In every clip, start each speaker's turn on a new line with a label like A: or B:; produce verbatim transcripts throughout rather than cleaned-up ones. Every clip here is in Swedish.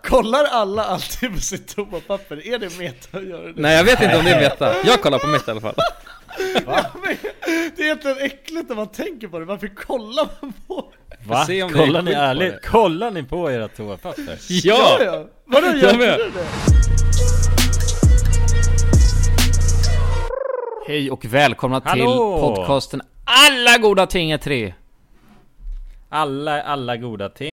A: Kollar alla alltid på sitt toapapper? Är det meta att göra det?
B: Nej, jag vet inte om det är meta. Jag kollar på mitt i alla fall.
A: Va? Det är egentligen äckligt när man tänker på det. Varför kollar man på det?
C: Va?
B: Se om
C: Kollar
B: det
C: ni
B: är
C: ärligt? Kollar ni på era toapapper?
B: Ja!
A: Ja, ja. Vadå gör du det?
D: Hej och välkomna till
C: Hallå!
D: podcasten Alla goda ting är tre.
C: Alla, alla goda ting.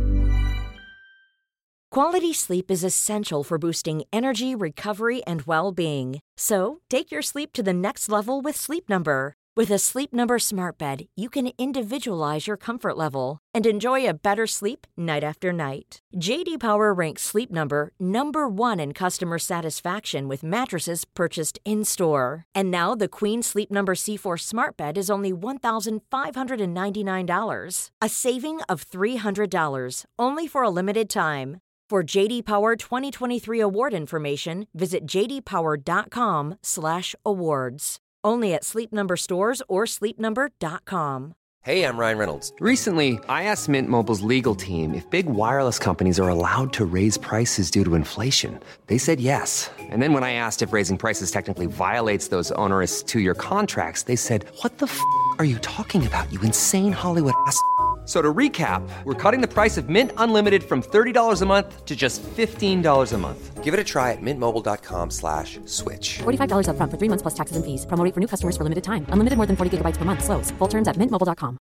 E: Quality sleep is essential for boosting energy, recovery, and well-being. So, take your sleep to the next level with Sleep Number. With a Sleep Number smart bed, you can individualize your comfort level and enjoy a better sleep night after night. J D Power ranks Sleep Number number one in customer satisfaction with mattresses purchased in-store. And now the Queen Sleep Number C four smart bed is only one thousand five hundred ninety-nine dollars. A saving of three hundred dollars, only for a limited time. For J D Power twenty twenty-three award information, visit j d power dot com slash awards. Only at Sleep Number stores or sleep number dot com.
F: Hey, I'm Ryan Reynolds. Recently, I asked Mint Mobile's legal team if big wireless companies are allowed to raise prices due to inflation. They said yes. And then when I asked if raising prices technically violates those onerous two-year contracts, they said, "What the f*** are you talking about, you insane Hollywood ass?" So to recap, we're cutting the price of Mint Unlimited from thirty dollars a month to just fifteen dollars a month. Give it a try at mintmobile.com slash switch.
G: forty-five dollars up front for three months plus taxes and fees. Promo rate for new customers for limited time. Unlimited more than forty gigabytes per month. Slows full terms at mint mobile dot com.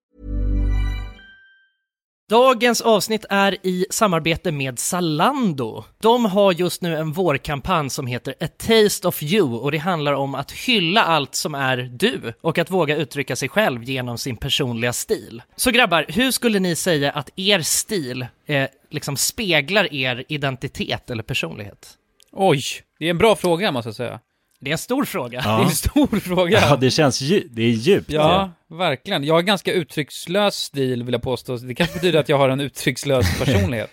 H: Dagens avsnitt är i samarbete med Zalando. De har just nu en vårkampanj som heter A Taste of You och det handlar om att hylla allt som är du och att våga uttrycka sig själv genom sin personliga stil. Så grabbar, hur skulle ni säga att er stil eh, liksom speglar er identitet eller personlighet?
B: Oj, det är en bra fråga måste jag säga.
H: Det är en stor fråga.
C: Ja.
B: Det är en stor fråga.
C: Ja, det känns dju- det är djupt.
B: Ja, verkligen. Jag har ganska uttryckslös stil vill jag påstå. Det kanske betyder att jag har en uttryckslös personlighet.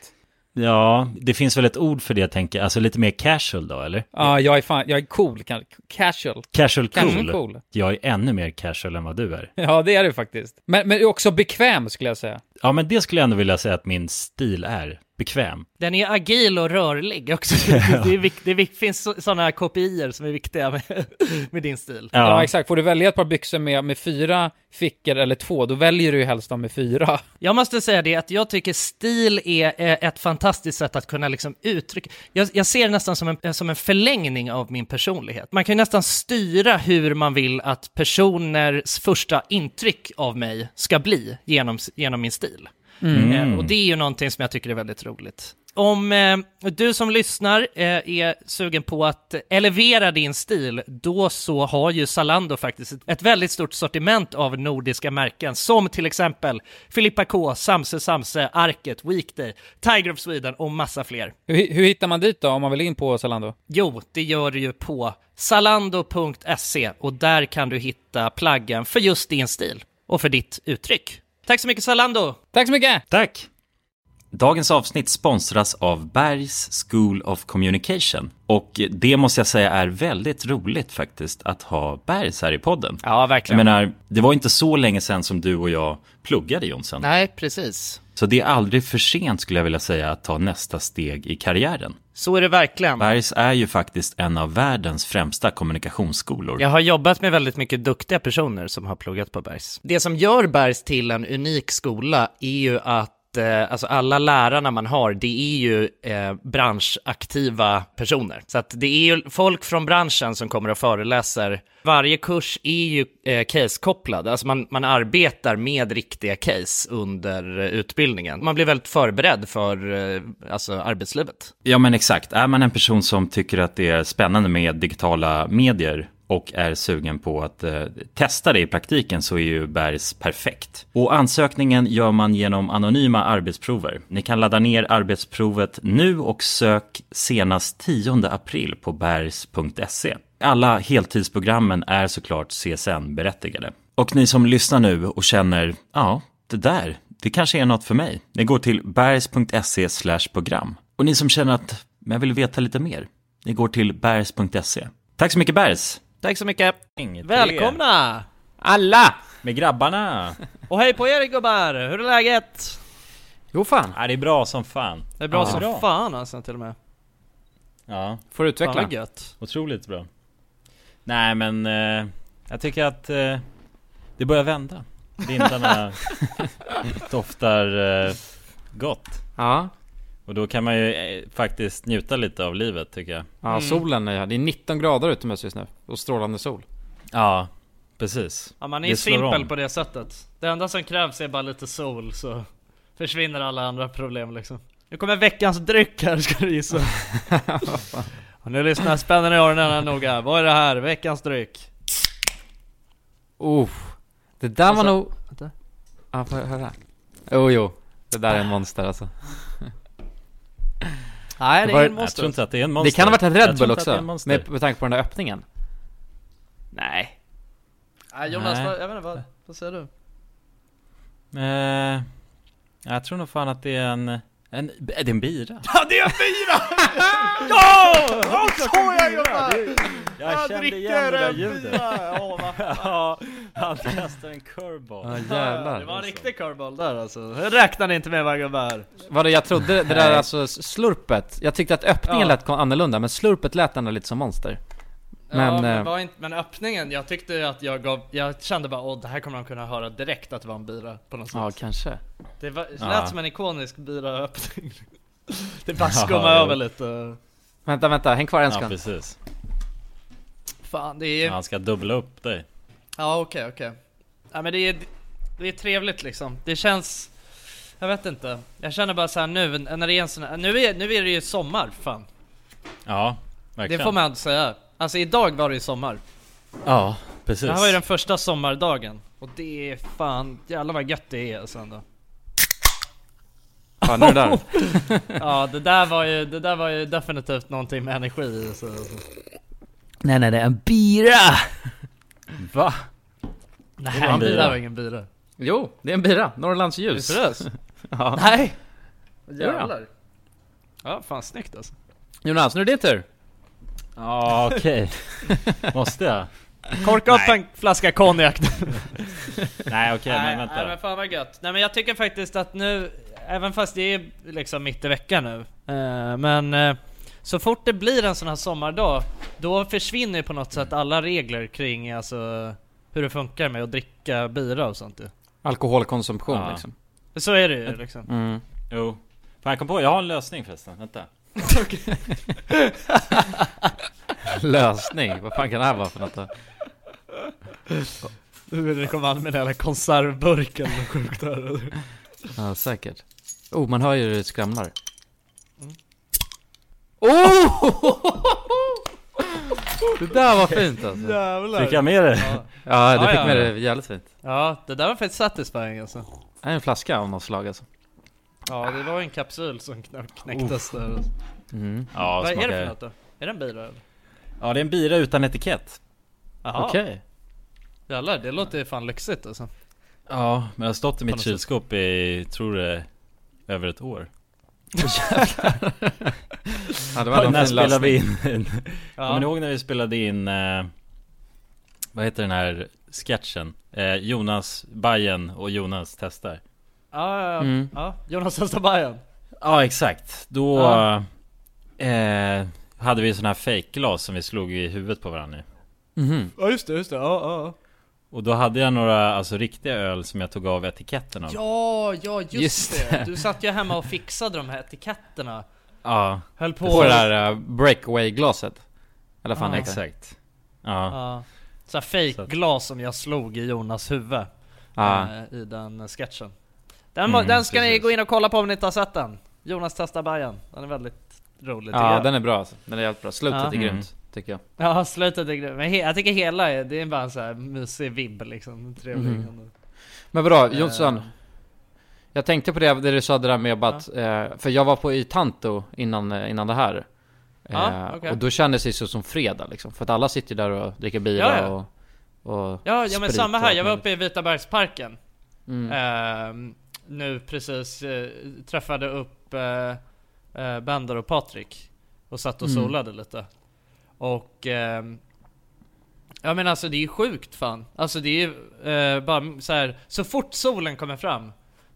C: Ja, det finns väl ett ord för det jag tänker. Alltså lite mer casual då, eller?
B: Ja, jag är fan, jag är cool. Casual.
C: Casual cool.
B: Casual cool.
C: Jag är ännu mer casual än vad du är.
B: Ja, det är det faktiskt. Men, men också bekväm skulle jag säga.
C: Ja, men det skulle jag ändå vilja säga att min stil är. Bekväm.
H: Den är agil och rörlig också. Det, är vikt, det är vikt, finns sådana kopior som är viktiga med, med din stil.
B: Ja. ja, exakt. Får du välja ett par byxor med, med fyra fickor eller två, då väljer du ju helst de med fyra.
H: Jag måste säga det att jag tycker stil är ett fantastiskt sätt att kunna liksom uttrycka. Jag, jag ser det nästan som en, som en förlängning av min personlighet. Man kan ju nästan styra hur man vill att personers första intryck av mig ska bli genom, genom min stil. Mm. Eh, och det är ju någonting som jag tycker är väldigt roligt. Om eh, du som lyssnar eh, är sugen på att elevera din stil, då så har ju Zalando faktiskt ett, ett väldigt stort sortiment av nordiska märken, som till exempel Filippa K, Samse Samse, Arket, Weekday, Tiger of Sweden och massa fler.
B: Hur, hur hittar man dit då om man vill in på Zalando?
H: Jo, det gör du ju på zalando punkt se och där kan du hitta plaggen för just din stil och för ditt uttryck. Tack så mycket Zalando!
B: Tack så mycket!
C: Tack! Dagens avsnitt sponsras av Berghs School of Communication. Och det måste jag säga är väldigt roligt faktiskt att ha Berghs här i podden.
H: Ja, verkligen.
C: Jag menar, det var inte så länge sedan som du och jag pluggade, Jonsson.
H: Nej, precis.
C: Så det är aldrig för sent skulle jag vilja säga att ta nästa steg i karriären.
H: Så är det verkligen.
C: Berghs är ju faktiskt en av världens främsta kommunikationsskolor.
H: Jag har jobbat med väldigt mycket duktiga personer som har pluggat på Berghs. Det som gör Berghs till en unik skola är ju att alltså alla lärarna man har, det är ju eh, branschaktiva personer. Så att det är ju folk från branschen som kommer och föreläser. Varje kurs är ju eh, case-kopplad. Alltså man, man arbetar med riktiga case under eh, utbildningen. Man blir väldigt förberedd för eh, alltså arbetslivet.
C: Ja, men exakt. Är man en person som tycker att det är spännande med digitala medier och är sugen på att eh, testa det i praktiken, så är ju Berghs perfekt. Och ansökningen gör man genom anonyma arbetsprover. Ni kan ladda ner arbetsprovet nu och sök senast tionde april på berghs punkt se. Alla heltidsprogrammen är såklart C S N-berättigade. Och ni som lyssnar nu och känner, ja, det där, det kanske är något för mig. Ni går till berghs punkt se slash program. Och ni som känner att jag vill veta lite mer, ni går till berghs punkt se. Tack så mycket Berghs!
H: Tack så mycket.
C: Inget
H: Välkomna
C: alla med grabbarna.
H: Och hej på er gubbar, hur är läget?
D: Jo fan.
C: Ja, det är bra som fan.
H: Det är bra
D: Ja.
H: som
C: Bra.
H: fan alltså till och med.
C: Ja,
D: Får du utveckla.
H: Fan vad gött.
C: otroligt bra. Nej, men eh, jag tycker att eh, det börjar vända. Vindarna doftar eh, gott.
D: Ja.
C: Och då kan man ju eh, faktiskt njuta lite av livet, tycker jag.
D: Ja,
H: Mm.
D: solen är, det är nitton grader utomhus just nu. Och strålande sol.
C: Ja, precis.
H: Ja, man är
C: Det
H: ju
C: slår
H: simpel
C: om.
H: på det sättet. Det enda som krävs är bara lite sol, så försvinner alla andra problem liksom. Nu kommer veckans dryck här, ska du gissa. Och nu lyssnar spännen i öronen noga. Vad är det här? Veckans dryck.
D: Oh, det där
H: Alltså,
D: var nog...
H: vänta.
D: Ja, får jag höra? Jo, jo. Det där är en monster alltså.
H: Nej, det
D: Det var-
H: är en
C: Jag
H: monster.
C: tror inte att det är en monster.
D: Det kan ha varit en
C: Jag
D: Red
C: tror
D: Bull
C: inte att det är
D: också.
C: en monster.
D: Med, med tanke på den där öppningen.
H: Nej. Nej, Jonas,
C: Nej.
H: vad, jag vet inte, vad, vad säger du?
C: Eh, jag tror nog fan att det är en... en är det en bira?
A: Ja, det är en bira! Ja! Vad skojar jag?
C: Jag kände igen det där ljudet.
A: Ja, vad fan.
C: Ja, han kastar en curveball.
D: Ja,
H: Det
D: jävlar.
H: var en riktig curveball där alltså. Jag räknar inte med vad gubbar.
D: Vadå, jag trodde det där alltså slurpet. Jag tyckte att öppningen
H: Ja.
D: lät kon- annorlunda, men slurpet lät ändå lite som monster. Men,
H: ja, men,
D: eh,
H: var inte, men öppningen, jag tyckte att jag gav, jag kände bara, åh, det här kommer de kunna höra direkt att det var en bira på något sätt.
D: ja, kanske.
H: Det var, det
C: Ja.
H: lät som en ikonisk biraöppning. Det bara
C: Ja,
H: skummade
C: jo.
H: över lite.
D: Vänta, vänta, häng kvar en
C: Ja,
D: sekund.
C: precis.
H: Fan, det är
C: Ja, han ska dubbla upp dig.
H: Ja, okej, okej. Ja, men det är, det är trevligt liksom. Det känns, jag vet inte. Jag känner bara så här nu, när det är en sån här, nu är, nu är det ju sommar, fan.
C: Ja, verkligen.
H: Det får man ändå säga. Alltså idag var det ju sommar.
C: Ja, precis.
H: Det här var ju den första sommardagen. Och det är fan, jävlar vad gött det är alltså ändå.
D: Fan, nu är det där.
H: Ja, det där var ju, det där var ju definitivt någonting med energi i, så.
D: Nej, nej, det är en bira! Va?
H: Nej,
C: var en
H: det
C: bira.
H: där var ingen bira.
D: Jo, det är en bira. Norrlands
H: Är du
D: ljus.
H: seriös?
D: Ja.
H: Nej!
D: Jävlar.
H: Jävlar. Ja, fan snyggt alltså.
D: Jonas, nu är det din tur.
C: Ja, okej. Måste jag?
H: Korka upp en flaska konjak.
C: Nej, okej, men
H: Nej,
C: vänta.
H: nej, men fan vad gött. Nej, men jag tycker faktiskt att nu, även fast det är liksom mitt i veckan nu, eh, men eh, så fort det blir en sån här sommardag, då försvinner ju på något sätt alla regler kring alltså hur det funkar med att dricka bira och sånt ju.
D: Alkoholkonsumtion
C: Ja.
D: liksom.
H: Så är det ju liksom.
D: Mm.
C: Jo. Fan, jag kom på, jag har en lösning förresten. Vänta.
D: Lösning, vad fan kan det här vara för något då?
H: Nu kommer han med den här konservburken och sjukt där.
D: Ja, säkert. Oh, man hör ju det skramlar. Oh! Det där var fint alltså.
H: Jävlar.
C: Fick jag med det?
H: Ja.
D: Ja, det
H: Ja,
D: fick
H: ja,
D: med
H: ja.
D: det jävligt fint.
H: Ja, det där var faktiskt satisfying alltså.
D: Det är en flaska av något slag alltså.
H: Ja, det var en kapsyl som kn- knäcktes där.
D: Mm.
C: Ja,
H: Vad är det
C: smakar-
H: för något då? Är det en bira eller?
C: Ja, det är en bira utan etikett.
H: Jaha.
D: Okej.
H: Jävlar, det låter ju fan lyxigt alltså.
C: Ja, men jag har stått i
H: På
C: mitt
H: något
C: kylskåp i, tror det, över ett år.
D: Ja, det var en
C: När
D: fin
C: spelade vi
D: lösning.
C: in?
H: Ja.
C: Kommer ni ihåg när vi spelade in eh, vad heter den här sketchen? Eh, Jonas, Bajen och Jonas testar.
H: Ja, ja, ja.
D: Mm.
H: ja. Jonas Österbergen.
C: Ja, exakt. Då
H: Ja.
C: eh, hade vi sån här fake-glas som vi slog i huvudet på varandra i.
D: Mhm.
H: Ja, just det, just det. Ja, ja.
C: Och då hade jag några, alltså riktiga öl som jag tog av etiketten av.
H: Ja, ja, just,
D: Just
H: det.
D: det.
H: Du satt ju hemma och fixade de här etiketterna.
C: Ja,
H: Höll på.
D: På det där uh, breakaway-glaset. Eller vad fan
H: Ja.
D: heter det?
C: exakt. Ja,
H: Ja. Så här fake glas som jag slog i Jonas huvud.
D: Ja.
H: eh, I den sketchen. Den, må-
C: Mm,
H: den ska ni
C: precis.
H: gå in och kolla på om ni inte har sett den. Jonas testar Bajen. Den är väldigt rolig tycker
D: Ja,
H: jag.
D: den är bra alltså. Den är jävligt bra. Slutet
H: Ja.
D: är grymt, tycker jag.
H: Ja, slutet är grymt. Men he- jag tycker hela är, det är bara en så här mysig vibb liksom. Trevlig.
D: Mhm. Men vadå, Jonsson?
H: Eh.
D: Jag tänkte på det, det du sa det där med att, eh, för jag var på i Tanto innan, eh, innan det här.
H: Ja,
D: Eh,
H: okej.
D: Och då kändes det så som fredag liksom. För att alla sitter där och dricker bira
H: Ja, ja.
D: och, och
H: Ja, ja men
D: sprit
H: samma
D: och
H: här.
D: allt
H: Jag var
D: möjligt.
H: uppe i Vitabergsparken.
D: Mm.
H: Ehm, nu precis eh, träffade upp eh, eh, Bender och Patrik och satt och
D: Mm.
H: solade lite. Och ehm, ja men alltså det är ju sjukt fan. Alltså det är ju eh, bara så här, så fort solen kommer fram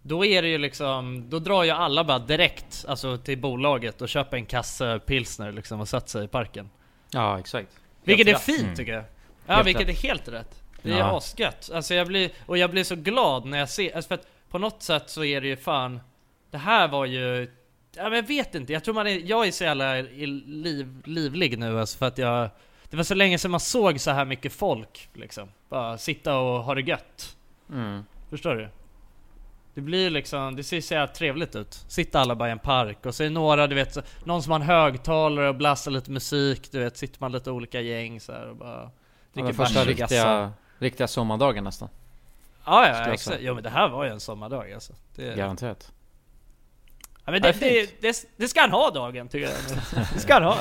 H: då är det ju liksom, då drar ju alla bara direkt alltså till bolaget och köper en kasse pilsner liksom och sätter sig i parken.
D: Ja, exakt.
H: Vilket är
D: rätt.
H: fint
C: Mm.
H: tycker jag. Ja,
D: Helt
H: vilket
D: rätt.
H: är helt rätt. Det är
C: Ja.
H: asgött. Alltså jag blir, och jag blir så glad när jag ser, alltså för att på något sätt så är det ju fan, det här var ju, ja, men jag vet inte, jag tror man är, jag är så jävla i- liv, livlig nu alltså för att jag, det var så länge sedan man såg så här mycket folk liksom, bara sitta och ha det gött.
D: Mm.
H: Förstår du? Det blir liksom, det ser så jävla trevligt ut. Sitta alla bara i en park och så är några, du vet, så, någon som har en högtalare och blastar lite musik, du vet, sitter man lite olika gäng så här och bara
D: Ja,
H: dricker
D: den första
H: bärs och gassar.
D: riktiga, riktiga sommardagen nästan.
H: Ja,
D: Ska
H: ja,
D: jag
H: exakt.
D: säga.
H: Jo, men det här var ju en sommardag alltså. Det,
D: Garanterat.
H: ja, men
D: Ja,
H: det,
D: det är
H: det, det, det ska han ha dagen, tycker jag. Det ska han ha.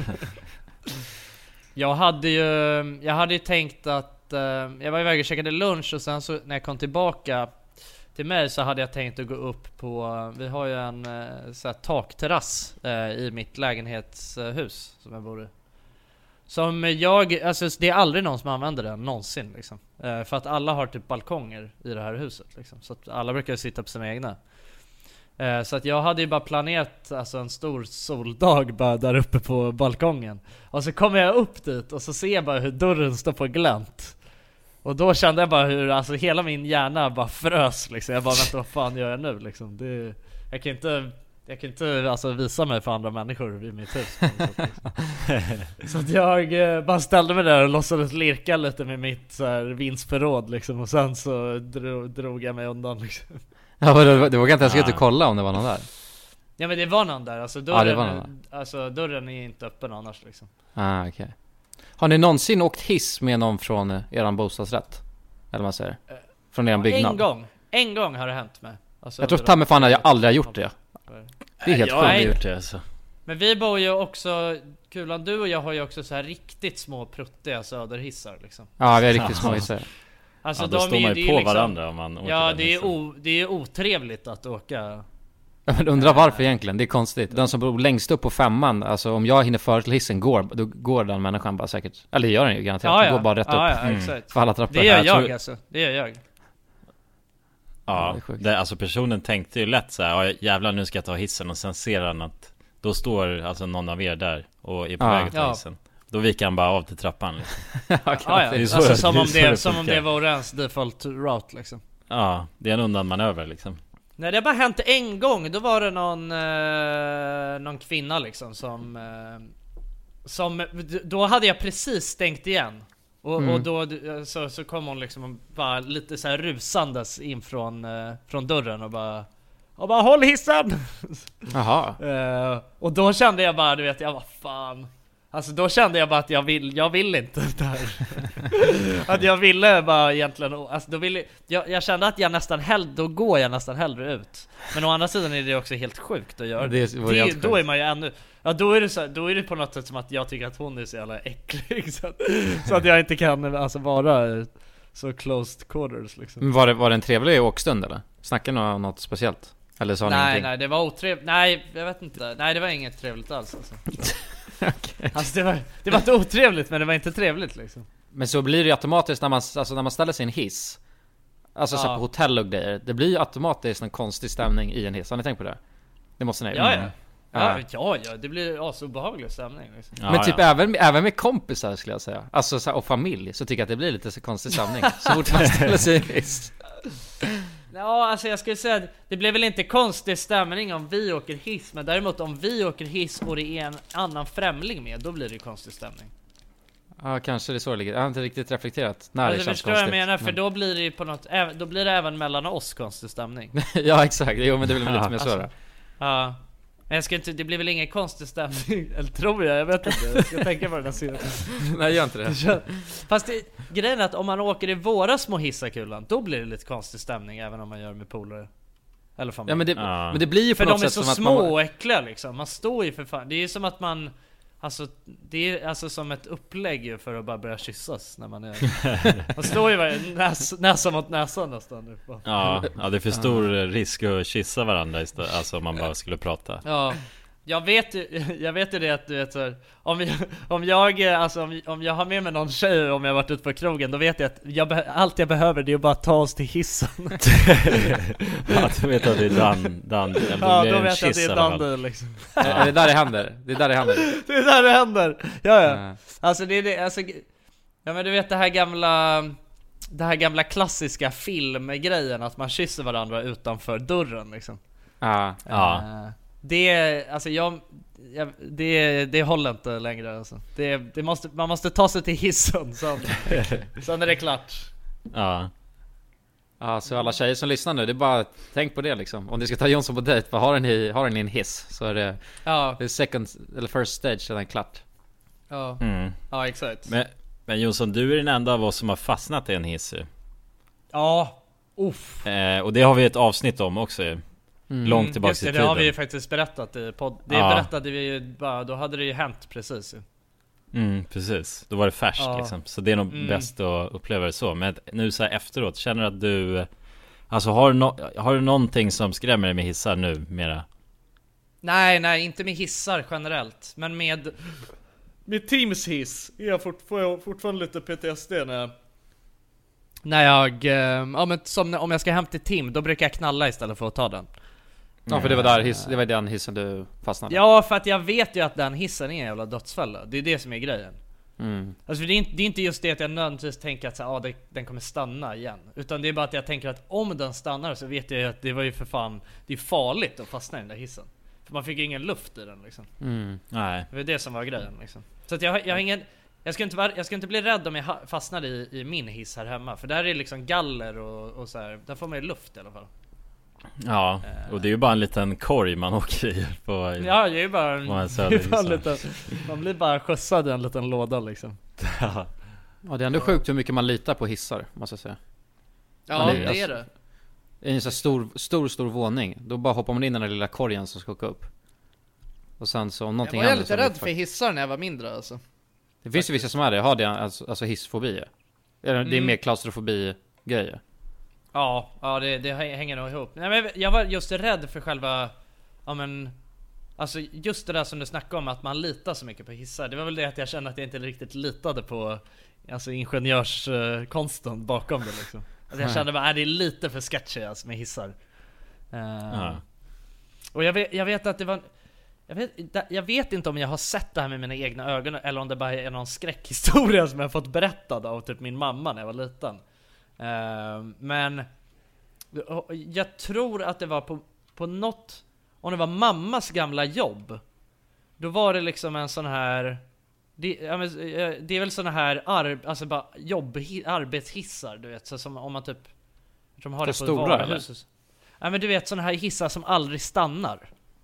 H: Jag hade ju, jag hade ju tänkt att eh, jag var iväg och käkade lunch och sen så när jag kom tillbaka till mig så hade jag tänkt att gå upp på, vi har ju en eh, så här takterrass eh, i mitt lägenhetshus som jag bor i. Som jag, alltså det är aldrig någon som använder den någonsin liksom. Eh, för att alla har typ balkonger i det här huset liksom. Så att alla brukar sitta på sina egna. Eh, så att jag hade ju bara planerat alltså en stor soldag bara där uppe på balkongen. Och så kommer jag upp dit och så ser jag bara hur dörren står på glänt. Och då kände jag bara hur alltså hela min hjärna bara frös liksom. Jag bara vänta, vad fan gör jag nu liksom? Det, jag kan inte Jag kan inte alltså visa mig för andra människor i mitt hus. Så att jag eh, bara ställde mig där och låtsades lirka lite med mitt så här vinstförråd liksom. Och sen så drog, drog jag mig undan liksom.
D: Ja, det, det var inte ens
C: Ah.
D: att kolla om det var någon där.
H: Ja, men det var någon där. Alltså dörren,
D: Ja, det var någon
H: alltså, dörren är inte öppen annars liksom.
D: Ah, okej. Har ni någonsin åkt hiss med någon från eh, eran bostadsrätt? Eller vad man säger? Från eran byggnad?
H: En gång, en gång har det hänt mig alltså,
D: Jag tror ta mig fan att jag aldrig har gjort det. Det är helt
C: Jag har
D: sjukt.
C: gjort det alltså.
H: Men vi bor ju också, Kulan, du och jag har ju också så här riktigt små pruttiga söderhissar liksom.
D: Ja, vi är riktigt små hissar.
H: Alltså
C: Ja, då
H: de
C: står
H: är,
C: man
H: det
C: ju
H: är
C: på
H: liksom,
C: varandra om man åker
H: ja,
C: den
H: det är,
C: hissen.
H: o, det är otrevligt att åka.
D: Ja, men undrar varför egentligen, det är konstigt. Den som bor längst upp på femman, alltså om jag hinner före till hissen går, då går den människan bara säkert. Eller det gör den ju garanterat,
H: Ja,
D: den
H: ja.
D: går bara rätt
H: Ja,
D: upp.
H: ja, exakt.
D: För alla trappor.
H: Det gör jag,
C: Jag tror-
H: alltså, det gör jag.
D: Ja,
C: Ja,
D: det är sjukt.
C: det, alltså personen tänkte ju lätt så här, ja, jävlar nu ska jag ta hissen, och sen ser han att då står alltså någon av er där och är på
D: Ja.
C: väg att ta
H: Ja.
C: hissen. Då viker han bara av till trappan liksom.
H: Ja, ja.
C: Det är så-
H: Alltså
C: det
H: som
C: är
H: om
C: så
H: det,
C: det
H: som om
C: funkar.
H: det vore ens default route liksom.
C: Ja, det är en undanmanöver liksom.
H: Nej, det har bara hänt en gång. Då var det någon eh, någon kvinna liksom som eh, som då hade jag precis stängt igen. Och,
D: Mm.
H: och då så, så kom hon liksom bara lite så här rusandes in från eh, från dörren och bara och bara håll hissen.
D: Jaha.
H: Eh, och då kände jag bara, du vet, jag vad fan. Alltså då kände jag bara att jag vill, jag vill inte där. Att jag ville bara egentligen, alltså då ville jag, jag kände att jag nästan hellre, då går jag nästan hellre ut. Men å andra sidan är det också helt sjukt att göra det.
D: Det vore
H: det
D: helt
H: då
D: sjukt.
H: är man ju ännu, ja då är det så, då är det på något sätt som att jag tycker att hon är så jävla äcklig så att, så att jag inte kan alltså vara så closed quarters liksom.
D: Men var det, var det en trevlig åkstund eller? Snackade ni om något speciellt? Eller sa ni
H: Nej,
D: ingenting?
H: nej, det var otrevligt. Nej, jag vet inte. Nej, det var inget trevligt alls alltså.
D: Okej.
H: Alltså det var, det var inte otrevligt, men det var inte trevligt liksom.
D: Men så blir det ju automatiskt när man, alltså när man ställer sig i en hiss. Alltså så
H: Ja.
D: på hotell och grejer. Det blir ju automatiskt en konstig stämning i en hiss. Har ni tänkt på det? Det måste ni.
H: Ja, ja.
D: Mm.
H: Ja, ja, ja, det blir så obehaglig stämning liksom.
C: Ja,
D: Men typ
C: ja.
D: även, även med kompisar skulle jag säga. Alltså så här, och familj. Så tycker jag att det blir lite så konstig stämning. Så fort man ställer sig i en hiss.
H: Ja, alltså jag skulle säga att det blir väl inte konstig stämning om vi åker hiss, men däremot om vi åker hiss och det är en annan främling med, då blir det konstig stämning.
D: Ja, kanske det är så det ligger. Jag har inte riktigt reflekterat när
H: Alltså,
D: det känns
H: förstår jag
D: konstigt.
H: menar, för
D: men...
H: då blir det ju på något, äv- då blir det även mellan oss konstig stämning.
D: Ja, exakt. Jo, men det blir väl lite mer så
H: Alltså,
D: då.
H: Ja. Men jag ska inte, det blir väl ingen konstig stämning, eller tror jag, jag vet inte. Jag ska tänka på den här sidan.
D: Nej, gör inte det.
H: Fast det, grejen är att om man åker i våra små hissar, Kulan, då blir det lite konstig stämning även om man gör med polare. Eller familj.
D: Ja, men det,
C: Ja.
D: men det blir ju på
H: För
D: något
H: de är
D: sätt
H: så
D: som att
H: små
D: man...
H: och äckliga liksom. Man står ju för fan. Det är ju som att man, alltså det är alltså som ett upplägg ju för att bara börja kyssas när man är man står ju bara näs, näsa mot näsan nästan nu.
C: Ja, ja, det är för stor risk att kyssa varandra istället, alltså om man bara skulle prata.
H: Ja. Jag vet ju, jag vet ju det att du vet så här, om jag, om jag alltså om, om jag har med mig någon tjej, om jag har varit ute på krogen, då vet jag att jag be, allt jag behöver det är att bara ta oss till hissen.
C: Ja, du vet att det är Dan, Dan
H: ja, då vet jag att det är Dan liksom.
D: Ja, det är där det händer. Det är där det händer.
H: Det är där det händer. Ja ja. Mm. Alltså det är det, alltså ja men du vet det här gamla det här gamla klassiska filmgrejen att man kysser varandra utanför dörren liksom.
D: Ja.
C: Ja.
H: Uh, det alltså jag, jag det det håller inte längre alltså. Det det måste man måste ta sig till hissen sen. Sen är det klart.
C: Ja.
D: Ja, så alla tjejer som lyssnar nu, det är bara tänk på det liksom. Om ni ska ta Jonsson på dejt, vad har ni har ni en hiss så är det
H: ja.
D: Det är second eller first stage så är den klart.
H: Ja.
C: Mm.
H: Ja, exakt.
C: Men men Jonsson, du är den enda av oss som har fastnat i en hiss.
H: Ja. Uff.
C: Eh, och det har vi ett avsnitt om också. Mm. Långt tillbaka
H: Just det,
C: i tiden.
H: det har vi ju faktiskt berättat i podd. Det
C: ja.
H: berättade vi ju bara, då hade det ju hänt precis.
C: Mm, precis. Då var det färskt ja. liksom. Så det är nog mm. bäst att uppleva det så. Men nu så här efteråt, känner du att du alltså har du, no- har du någonting som skrämmer dig med hissar nu mera?
H: Nej, nej, inte med hissar generellt. Men med med Teams hiss är jag fort, får jag fortfarande lite P T S D när jag När jag, ja men som om jag ska hem till Tim, då brukar jag knalla istället för att ta den.
D: Ja, för det var där hiss, det var den hissen du fastnade.
H: Ja, för att jag vet ju att den hissen är en jävla dödsfälla. Det är det som är grejen.
D: Mm.
H: Alltså det är, inte, det är inte just det att jag nödvändigtvis tänker att så, ah, det, den kommer stanna igen. Utan det är bara att jag tänker att om den stannar så vet jag att det var ju för fan, det är farligt att fastna i den där hissen. För man fick ju ingen luft i den liksom.
D: Mm.
C: Nej.
H: Det var det som var grejen liksom. Så att jag, jag har ingen Jag ska, inte vara, jag ska inte bli rädd om jag fastnar i, i min hiss här hemma. För där är det liksom galler och, och så här. Där får man ju luft i alla fall.
C: Ja, och det är ju bara en liten korg man åker i på,
H: ja, det är ju bara en,
C: man,
H: det är bara en liten, man blir bara skjutsad i en liten låda liksom.
D: Ja, ja det är ändå sjukt hur mycket man litar på hissar, måste jag säga.
H: Ja, man är, det är det.
D: I en så stor, stor, stor våning. Då bara hoppar man in i den där lilla korgen som ska åka upp. Och sen så om någonting
H: händer. Jag var
D: händer,
H: lite rädd för hissar när jag var mindre alltså.
D: Det finns ju vissa som är det, har det alltså, alltså hissfobi. Det är mm. mer klaustrofobi-grejer.
H: Ja, ja det, det hänger nog ihop. Nej, men jag var just rädd för själva, ja men, alltså just det där som du snackade om, att man litar så mycket på hissar. Det var väl det att jag kände att jag inte riktigt litade på alltså ingenjörskonsten bakom det liksom. Alltså jag kände bara, är det är lite för sketchy alltså, med hissar. Uh, ja. Och jag vet, jag vet att det var Jag vet, jag vet inte om jag har sett det här med mina egna ögon eller om det bara är någon skräckhistoria som jag har fått berättad av typ min mamma när jag var liten. Uh, men jag tror att det var på, på något, om det var mammas gamla jobb, då var det liksom en sån här det, ja, men, det är väl såna här ar, alltså bara jobb, arbetshissar, du vet, så som om man typ som har det, det på
D: stora eller?
H: Ja, men du vet såna här hissar som aldrig stannar.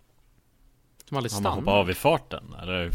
C: Som aldrig stannar. Man hoppar av i farten eller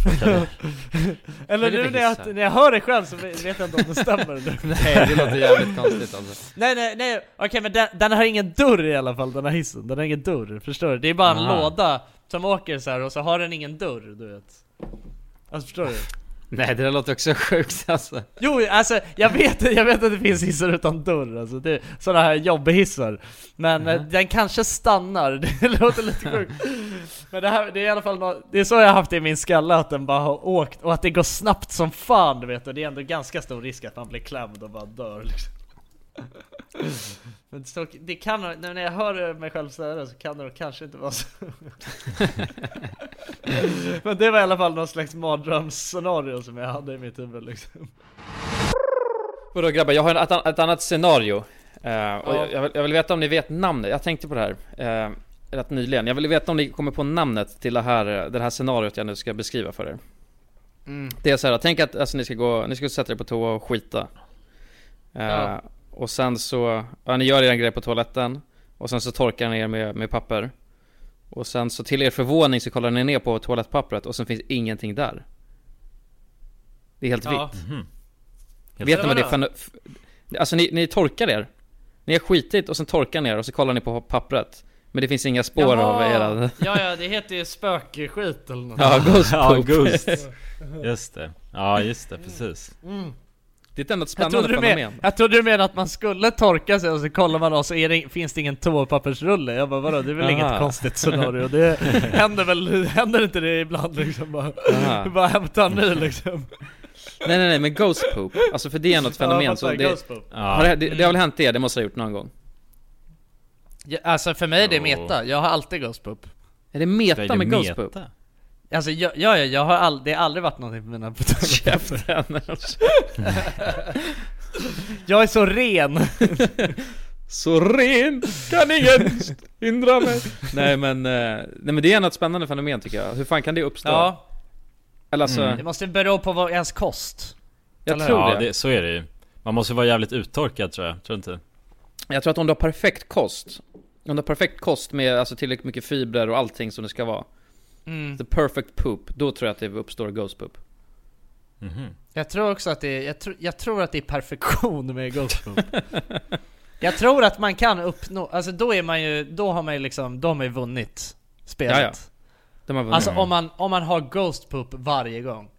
H: eller nu när jag, när jag hör det själv så vet jag inte om det stämmer.
D: Nej, det låter jävligt konstigt alltså.
H: Nej, nej, nej. Okej, men den, den har ingen dörr i alla fall, den här hissen. Den har ingen dörr, förstår du? Det är bara en Aha. låda som åker så här och så har den ingen dörr, du vet. Alltså, förstår du?
D: Nej, det där låter också sjukt alltså.
H: Jo, alltså, jag vet, jag vet att det finns hissar utan dörr alltså. Det är sådana här jobbhissar. Men mm. den kanske stannar. Det låter lite sjukt. Men det här, det är i alla fall något, det är så jag har haft det i min skalle, att den bara har åkt och att det går snabbt som fan, du vet. Och det är ändå ganska stor risk att man blir klämd och bara dör liksom. Men så, det kan, när jag hör mig själv säga så kan det kanske inte vara så. Men det var i alla fall någon slags mardrömsscenario som jag hade i mitt huvud liksom.
D: Och då grabbar, jag har ett, ett annat scenario. uh, och ja. jag, jag, vill, jag vill veta om ni vet namnet. Jag tänkte på det här uh, rätt nyligen. Jag vill veta om ni kommer på namnet till det här, det här scenariot jag nu ska beskriva för er. Mm. Det är så här, tänk att alltså, ni ska gå, ni ska sätta er på toa och skita. uh, ja. Och sen så, ja, ni gör er en grej på toaletten. Och sen så torkar ni er med, med papper. Och sen så till er förvåning så kollar ni ner på toalettpappret och sen finns ingenting där. Det är helt ja. vitt. Mm-hmm. Vet ni vad det är för... Alltså ni, ni torkar er. Ni har skitit och sen torkar ni er och så kollar ni på pappret. Men det finns inga spår Jaha. av era...
H: Ja, ja, det heter ju spökskit eller något.
D: Ja, ghost
C: ja, ghost. Just det. Ja, just det, precis.
H: Mm.
D: Det är ett enda
H: Jag
D: spännande
H: trodde, du
D: fenomen.
H: men, jag trodde du menade att man skulle torka sig och så kollar man och så är det, finns det ingen toapappersrulle. Jag bara, vadå? Det är väl
D: Aha.
H: inget konstigt scenario. Det händer väl, händer inte det ibland liksom? Bara, du bara hämta en ny liksom.
D: Nej, nej, nej, men ghost poop. Alltså för det är något fenomen.
H: Ja,
D: så det,
H: ghost poop.
D: har det, det, det har väl hänt det, det måste jag ha gjort någon gång.
H: Ja, alltså för mig är det meta. Jag har alltid ghost poop.
D: Är det meta
C: Det är
D: med
C: meta.
D: ghost poop?
H: Alltså jag, ja, jag har all, det har aldrig varit någonting på mina
D: Käften.
H: Jag är så ren.
D: Så ren kan ingen hindra mig. Nej men, eh, nej men det är något spännande fenomen tycker jag. Hur fan kan det uppstå?
H: Ja.
D: Eller alltså,
C: Mm.
H: Det måste bero på vad ens kost.
D: jag
H: eller
D: tror
C: Ja,
D: det.
C: det, så är det ju. Man måste vara jävligt uttorkad tror jag, tror du inte?
D: Jag tror att om du har perfekt kost, om du har perfekt kost med alltså tillräckligt mycket fibrer och allting som det ska vara,
H: Mm.
D: the perfect poop, då tror jag att det uppstår ghost poop.
C: Mhm.
H: Jag tror också att det är, jag, tro, jag tror att det är perfektion med ghost poop. Jag tror att man kan uppnå, alltså då är man ju, då har man ju liksom, då har man ju vunnit spelet.
D: Ja, ja. De har vunnit.
H: Alltså om man, om man har ghost poop varje gång.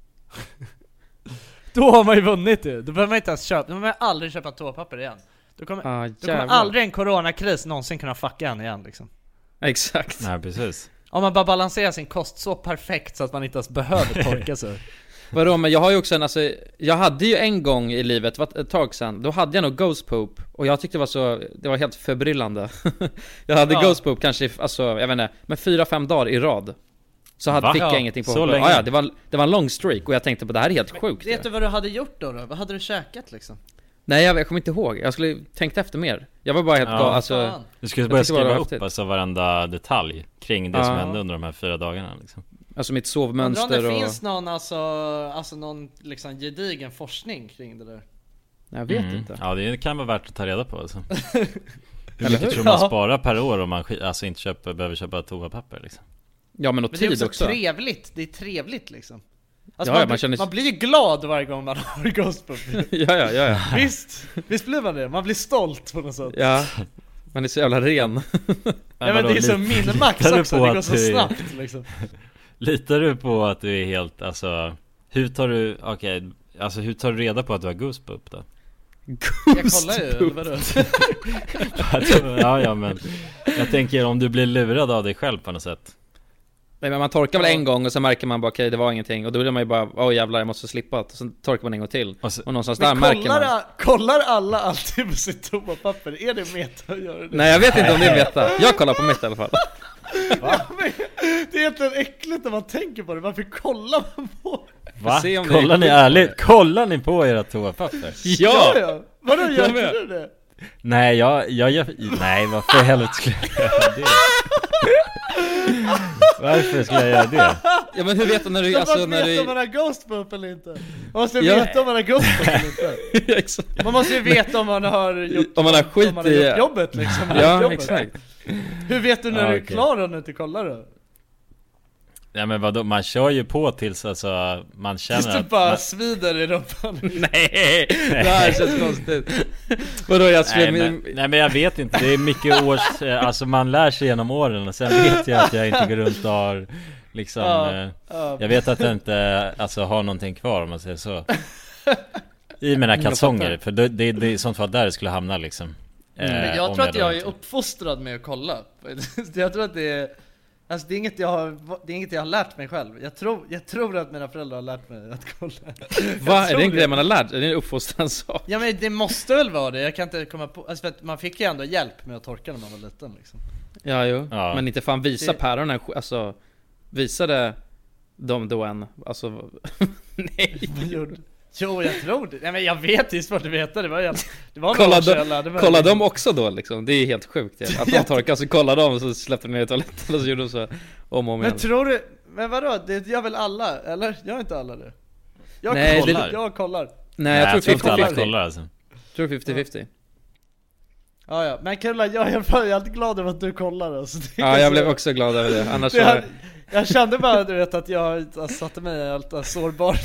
H: Då har man ju vunnit ju. Då behöver man inte ens köpa, då behöver man aldrig köpa toapapper igen. Då kommer,
D: Ah,
H: då kommer
D: jävlar.
H: aldrig en coronakris någonsin kunna fucka en igen liksom.
D: Exakt.
C: Nej, precis.
H: Om man bara balanserar sin kost så perfekt så att man inte ens behöver torka sig.
D: Vadå, men jag har ju också en, alltså, jag hade ju en gång i livet, var ett tag sedan, då hade jag nog ghost poop. Och jag tyckte det var så, det var helt förbryllande. Jag hade
H: Ja.
D: ghost poop kanske, alltså, jag vet inte, med fyra, fem dagar i rad. Så hade,
C: Va?
D: fick jag
H: Ja,
D: ingenting på
C: så
D: mig.
C: länge?
D: Ja, ja, det var, det var en lång streak och jag tänkte på det här är helt sjukt.
H: Vet du vad du hade gjort då då? Vad hade du käkat liksom?
D: Nej, jag, jag kommer inte ihåg. Jag skulle tänkt efter mer. Jag var bara helt
C: Ja.
D: gal, alltså.
H: Fan.
C: Du skulle
D: Jag
C: börja
D: tycker det var
C: skriva
D: häftigt.
C: upp alltså varenda detalj kring det som
D: Ja.
C: hände under de här fyra dagarna liksom.
D: Alltså mitt
H: Undrar om
D: sovmönster
H: det
D: och...
H: finns någon alltså, alltså någon liksom gedigen forskning kring det där.
D: Jag vet
C: Mm.
D: inte.
C: Ja, det kan vara värt att ta reda på alltså. Hur
D: Eller
C: mycket
D: hur?
C: tror man
H: Ja.
C: sparar per år om man sk- alltså inte köper, behöver köpa toapapper liksom?
D: Ja, men och
H: Men det är
D: tid
H: också,
D: också.
H: trevligt, det är trevligt liksom. Alltså
D: Ja,
H: man,
D: ja, man
H: blir,
D: känner-
H: man blir ju glad varje gång man har ghost poop.
D: ja, ja, ja, ja.
H: Visst, visst blir man det? Man blir stolt på något sätt.
D: Ja, man är så jävla ren.
H: Ja, men
C: vadå,
H: det är så
C: lit-
H: minimax
C: litar du
H: också,
C: på
H: det går
C: att
H: så
C: du-
H: snabbt liksom.
C: Litar du på att du är helt, alltså, hur tar du, okej, alltså hur tar du reda på att du har ghost poop då?
H: Jag kollar ju, eller vadå?
C: Ja, ja, men jag tänker om du blir lurad av dig själv på något sätt.
D: Nej, men man torkar väl
H: Ja.
D: en gång och så märker man bara okej, det var ingenting. Och då blir man ju bara, åh jävlar, jag måste slippa. Och sen torkar man en gång till.
C: Och så,
D: Och någonstans där
H: Men
D: märker
H: kollar,
D: man.
H: a- kollar alla alltid på sitt toapapper? Är det meta att göra det?
D: Nej, jag vet inte om det är veta. Jag kollar på mitt i alla fall.
H: Ja, men det är egentligen äckligt när man tänker på det. Varför kollar man på det?
C: va?
D: se om det
C: Kollar
D: är
C: ni
D: skit.
C: ärligt? Kollar ni på era toapapper?
D: Ja!
H: ja. Vadå, gör
D: Jag
H: inte
D: med.
H: du det?
C: Nej, jag, jag gör, nej, varför i helvete skulle jag göra det? Varför skulle jag göra det?
D: Ja, men hur vet du när du,
H: Man
D: alltså
H: måste
D: när
H: veta om man
D: du...
H: har ghost poop eller inte. Man måste
D: Ja.
H: veta om man har ghost poop eller inte.
D: Ja, exakt.
H: Man måste ju veta om man har gjort,
D: Om man har skit
H: om man har
D: i-
H: gjort jobbet liksom.
D: Ja,
H: jobbet.
D: exakt.
H: Hur vet du när
C: Ja,
H: du är
C: okej.
H: klar och när du inte kollar då?
C: Ja, men vadå, man kör ju på tills alltså man
H: Tills
C: känner
H: du
C: att
H: bara
C: man,
H: svider i rumpan.
D: Nej, det här känns konstigt. Vadå, jag
C: nej,
D: skulle...
C: men, nej men jag vet inte, det är mycket års, eh, alltså man lär sig genom åren. Och sen vet jag att jag inte går runt och har liksom
H: Ja,
C: eh,
H: ja.
C: jag vet att jag inte alltså har någonting kvar om man säger så i mina kalsonger, för det, det, det är i sånt fall där det skulle hamna liksom. eh,
H: Men jag
C: om
H: tror att
C: då
H: jag är
C: inte-
H: uppfostrad med att kolla. Jag tror att det är, alltså det är inget jag har, det är inget jag har lärt mig själv. Jag tror, jag tror att mina föräldrar har lärt mig att kolla.
D: Va? Är
H: tror
D: det en
H: det.
D: grej man har lärt? Är det en uppfostranssak?
H: Ja, men det måste väl vara det. Jag kan inte komma på, alltså för att man fick ju ändå hjälp med att torka när man var liten liksom.
D: Ja, jo.
C: Ja.
D: Men inte fan visa
H: Det-
D: päronen, alltså... Visade de då en... Alltså... Nej.
H: Vad gjorde- Jo, jag tror det. Nej, men jag vet, det är svårt att veta. Det var ju, det var
D: Kolla,
H: några år sedan
D: de,
H: jag lärde mig.
D: kolla dem också då liksom, det är helt sjukt ja. Att de
H: Ja.
D: torkar, så kollar de och så släppte de ner i toaletten och så gjorde de så om och om igen.
H: Men tror du, men vadå? Det gör väl alla? Eller? Gör inte alla det? Jag
D: Nej,
H: kollar.
C: det-
H: Jag kollar.
D: Nej, jag
C: jag tror
D: tror
C: inte alla
D: femtio femtio.
C: kollar alltså.
D: Jag tror femtio femtio.
H: Ja, ja. Men Kulla, jag är i alla fall- jag är alltid glad över att du kollar alltså. Det är
D: Ja, jag
H: så-
D: blev också glad över det. Annars
H: det
D: så...
H: här, jag kände bara, du vet, att jag alltså, satte mig i allt sårbar.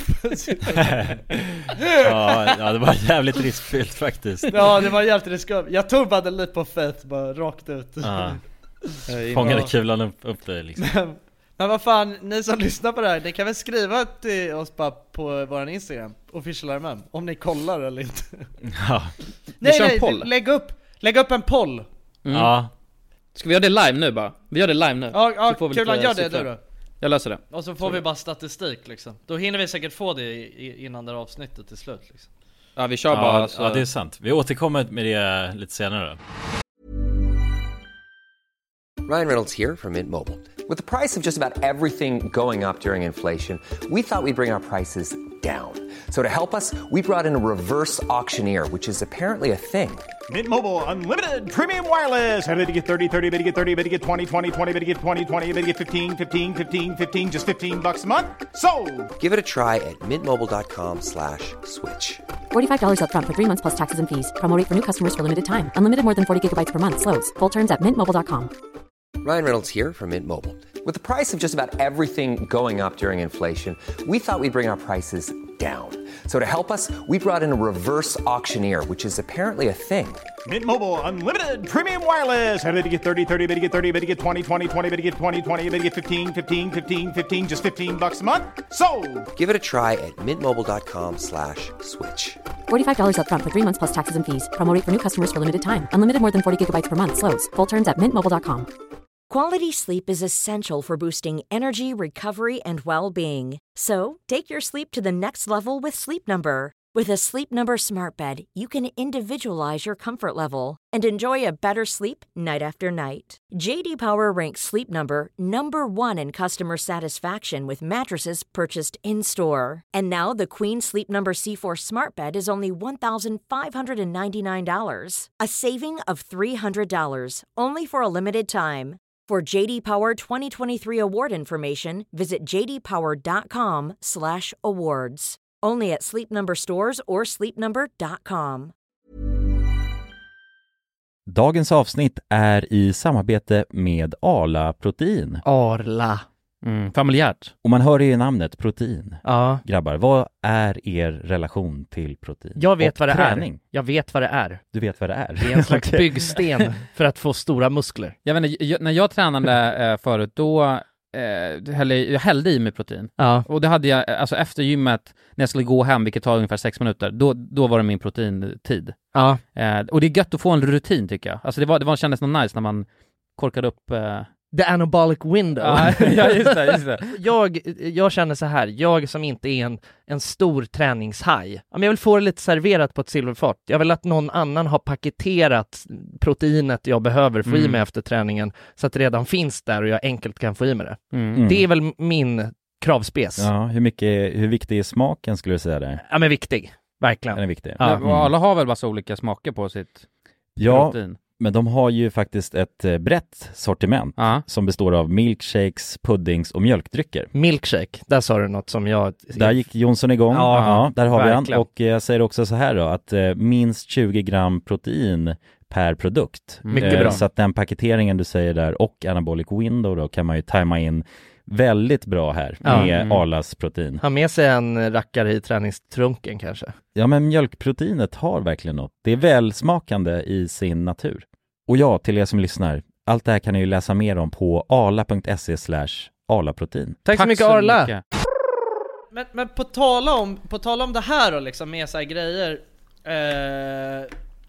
C: ja, ja, det var jävligt riskfyllt faktiskt.
H: Ja, det var jävligt riskabelt. Jag tog bara en lite på faith, bara rakt ut.
C: Ja.
D: Eh,
C: Fångade
H: Ja.
C: kulan upp, upp dig liksom.
H: Men,
A: Men vad fan, ni som lyssnar på det här, ni kan väl skriva till oss bara på våran Instagram, official R M M, om ni kollar eller inte.
C: Ja.
A: Nej,
D: kör en
A: nej,
D: poll.
A: lägg upp, lägg upp en poll.
D: Mm.
C: Ja.
D: Ska vi göra det live nu bara? Vi gör det live nu.
A: Ja, ja
D: Så får vi
A: Kulan,
D: lite
A: gör det
D: siffror.
A: du då.
D: Jag löser det.
A: Och så får vi bara statistik liksom. Då hinner vi säkert få det i, i, innan det här avsnittet till slut liksom.
D: Ja, vi kör bara
C: Ja,
D: så...
C: ja, det är sant. Vi återkommer med det lite senare då.
F: Ryan Reynolds here from Mint Mobile. With the price of just about everything going up during inflation, we thought we'd bring our prices down. So to help us, we brought in a reverse auctioneer, which is apparently a thing.
I: Mint Mobile Unlimited Premium Wireless. How to get thirty, thirty, bit to get thirty, bit to get twenty, twenty, twenty, bit to get twenty, twenty, bit to get fifteen, fifteen, fifteen, fifteen, just fifteen bucks a month? Sold!
F: Give it a try at mintmobile.com slash switch.
G: forty-five dollars up front for three months plus taxes and fees. Promo rate for new customers for limited time. Unlimited more than forty gigabytes per month. Slows full terms at mint mobile dot com.
F: Ryan Reynolds here from Mint Mobile. With the price of just about everything going up during inflation, we thought we'd bring our prices down. So to help us, we brought in a reverse auctioneer, which is apparently a thing.
I: Mint Mobile Unlimited Premium Wireless. How to get thirty, thirty, bit to get thirty, bit to get twenty, twenty, twenty, bit to get twenty, twenty, bit to get fifteen, fifteen, fifteen, fifteen, just fifteen bucks a month? Sold!
F: Give it a try at mintmobile.com slash switch.
G: forty-five dollars up front for three months plus taxes and fees. Promo rate for new customers for limited time. Unlimited more than forty gigabytes per month. Slows full terms at mint mobile dot com.
E: Quality sleep is essential for boosting energy, recovery, and well-being. So, take your sleep to the next level with Sleep Number. With a Sleep Number smart bed, you can individualize your comfort level and enjoy a better sleep night after night. J D Power ranks Sleep Number number one in customer satisfaction with mattresses purchased in-store. And now the Queen Sleep Number C four smart bed is only one thousand five hundred ninety-nine dollars, a saving of three hundred dollars, only for a limited time. For J D Power twenty twenty-three award information, visit j d power dot com slash awards. Only at Sleep Number stores or sleep number dot com.
C: Dagens avsnitt är i samarbete med Arla Protein.
H: Arla.
B: Mm, familjärt.
C: Och man hör det i namnet, protein.
H: Ja.
C: Grabbar, vad är er relation till protein?
H: Jag vet
C: och
H: vad det
C: träning?
H: är. Jag vet vad det är.
C: Du vet vad det är?
H: Det är en slags
C: Okej.
H: byggsten för att få stora muskler.
B: Jag vet inte, jag, när jag tränade eh, förut, då eh, hällde, jag hällde i mig protein.
H: Ja.
B: Och det hade jag, alltså efter gymmet, när jag skulle gå hem, vilket tar ungefär sex minuter, då, då var det min proteintid.
H: Ja.
B: Eh, och det är gött att få en rutin, tycker jag. Alltså det var, det var kändes något nice när man korkade upp... Eh...
H: The anabolic window.
B: Ja, ja, just det, just det.
H: jag, jag känner så här, jag som inte är en, en stor träningshaj, jag vill få det lite serverat på ett silverfat. Jag vill att någon annan har paketerat proteinet jag behöver få
B: Mm.
H: i mig efter träningen, så att det redan finns där och jag enkelt kan få i mig det.
B: Mm.
H: Det är väl min kravspes. Ja,
C: Ja, hur mycket, hur viktig är smaken skulle du säga där?
H: men viktig. Verkligen.
C: Den är viktig.
H: Ja.
C: Mm.
B: Och alla har väl massa olika smaker på sitt
C: Ja,
B: protein.
C: men de har ju faktiskt ett eh, brett sortiment
B: Ja.
C: som består av milkshakes, puddings och mjölkdrycker.
H: Milkshake, där sa du något som jag...
C: Där gick Jonsson igång.
H: Ja,
C: där har vi han.
H: verkligen.
C: Och jag säger också så här då, att eh, minst tjugo gram protein per produkt.
H: Mycket bra.
C: Så att den paketeringen du säger där och anabolic window då kan man ju tajma in väldigt bra här
H: Ja.
C: med
B: Mm.
C: Arlas protein.
H: Ha med sig en rackare i träningstrunken kanske.
C: Ja, men mjölkproteinet har verkligen något. Det är välsmakande i sin natur. Och ja, till er som lyssnar, allt det här kan ni ju läsa mer om på arla.se slash arlaprotein.
H: Tack, så mycket Arla!
B: mycket.
A: Men, men på tala om på tala om det här då liksom, med så här grejer eh,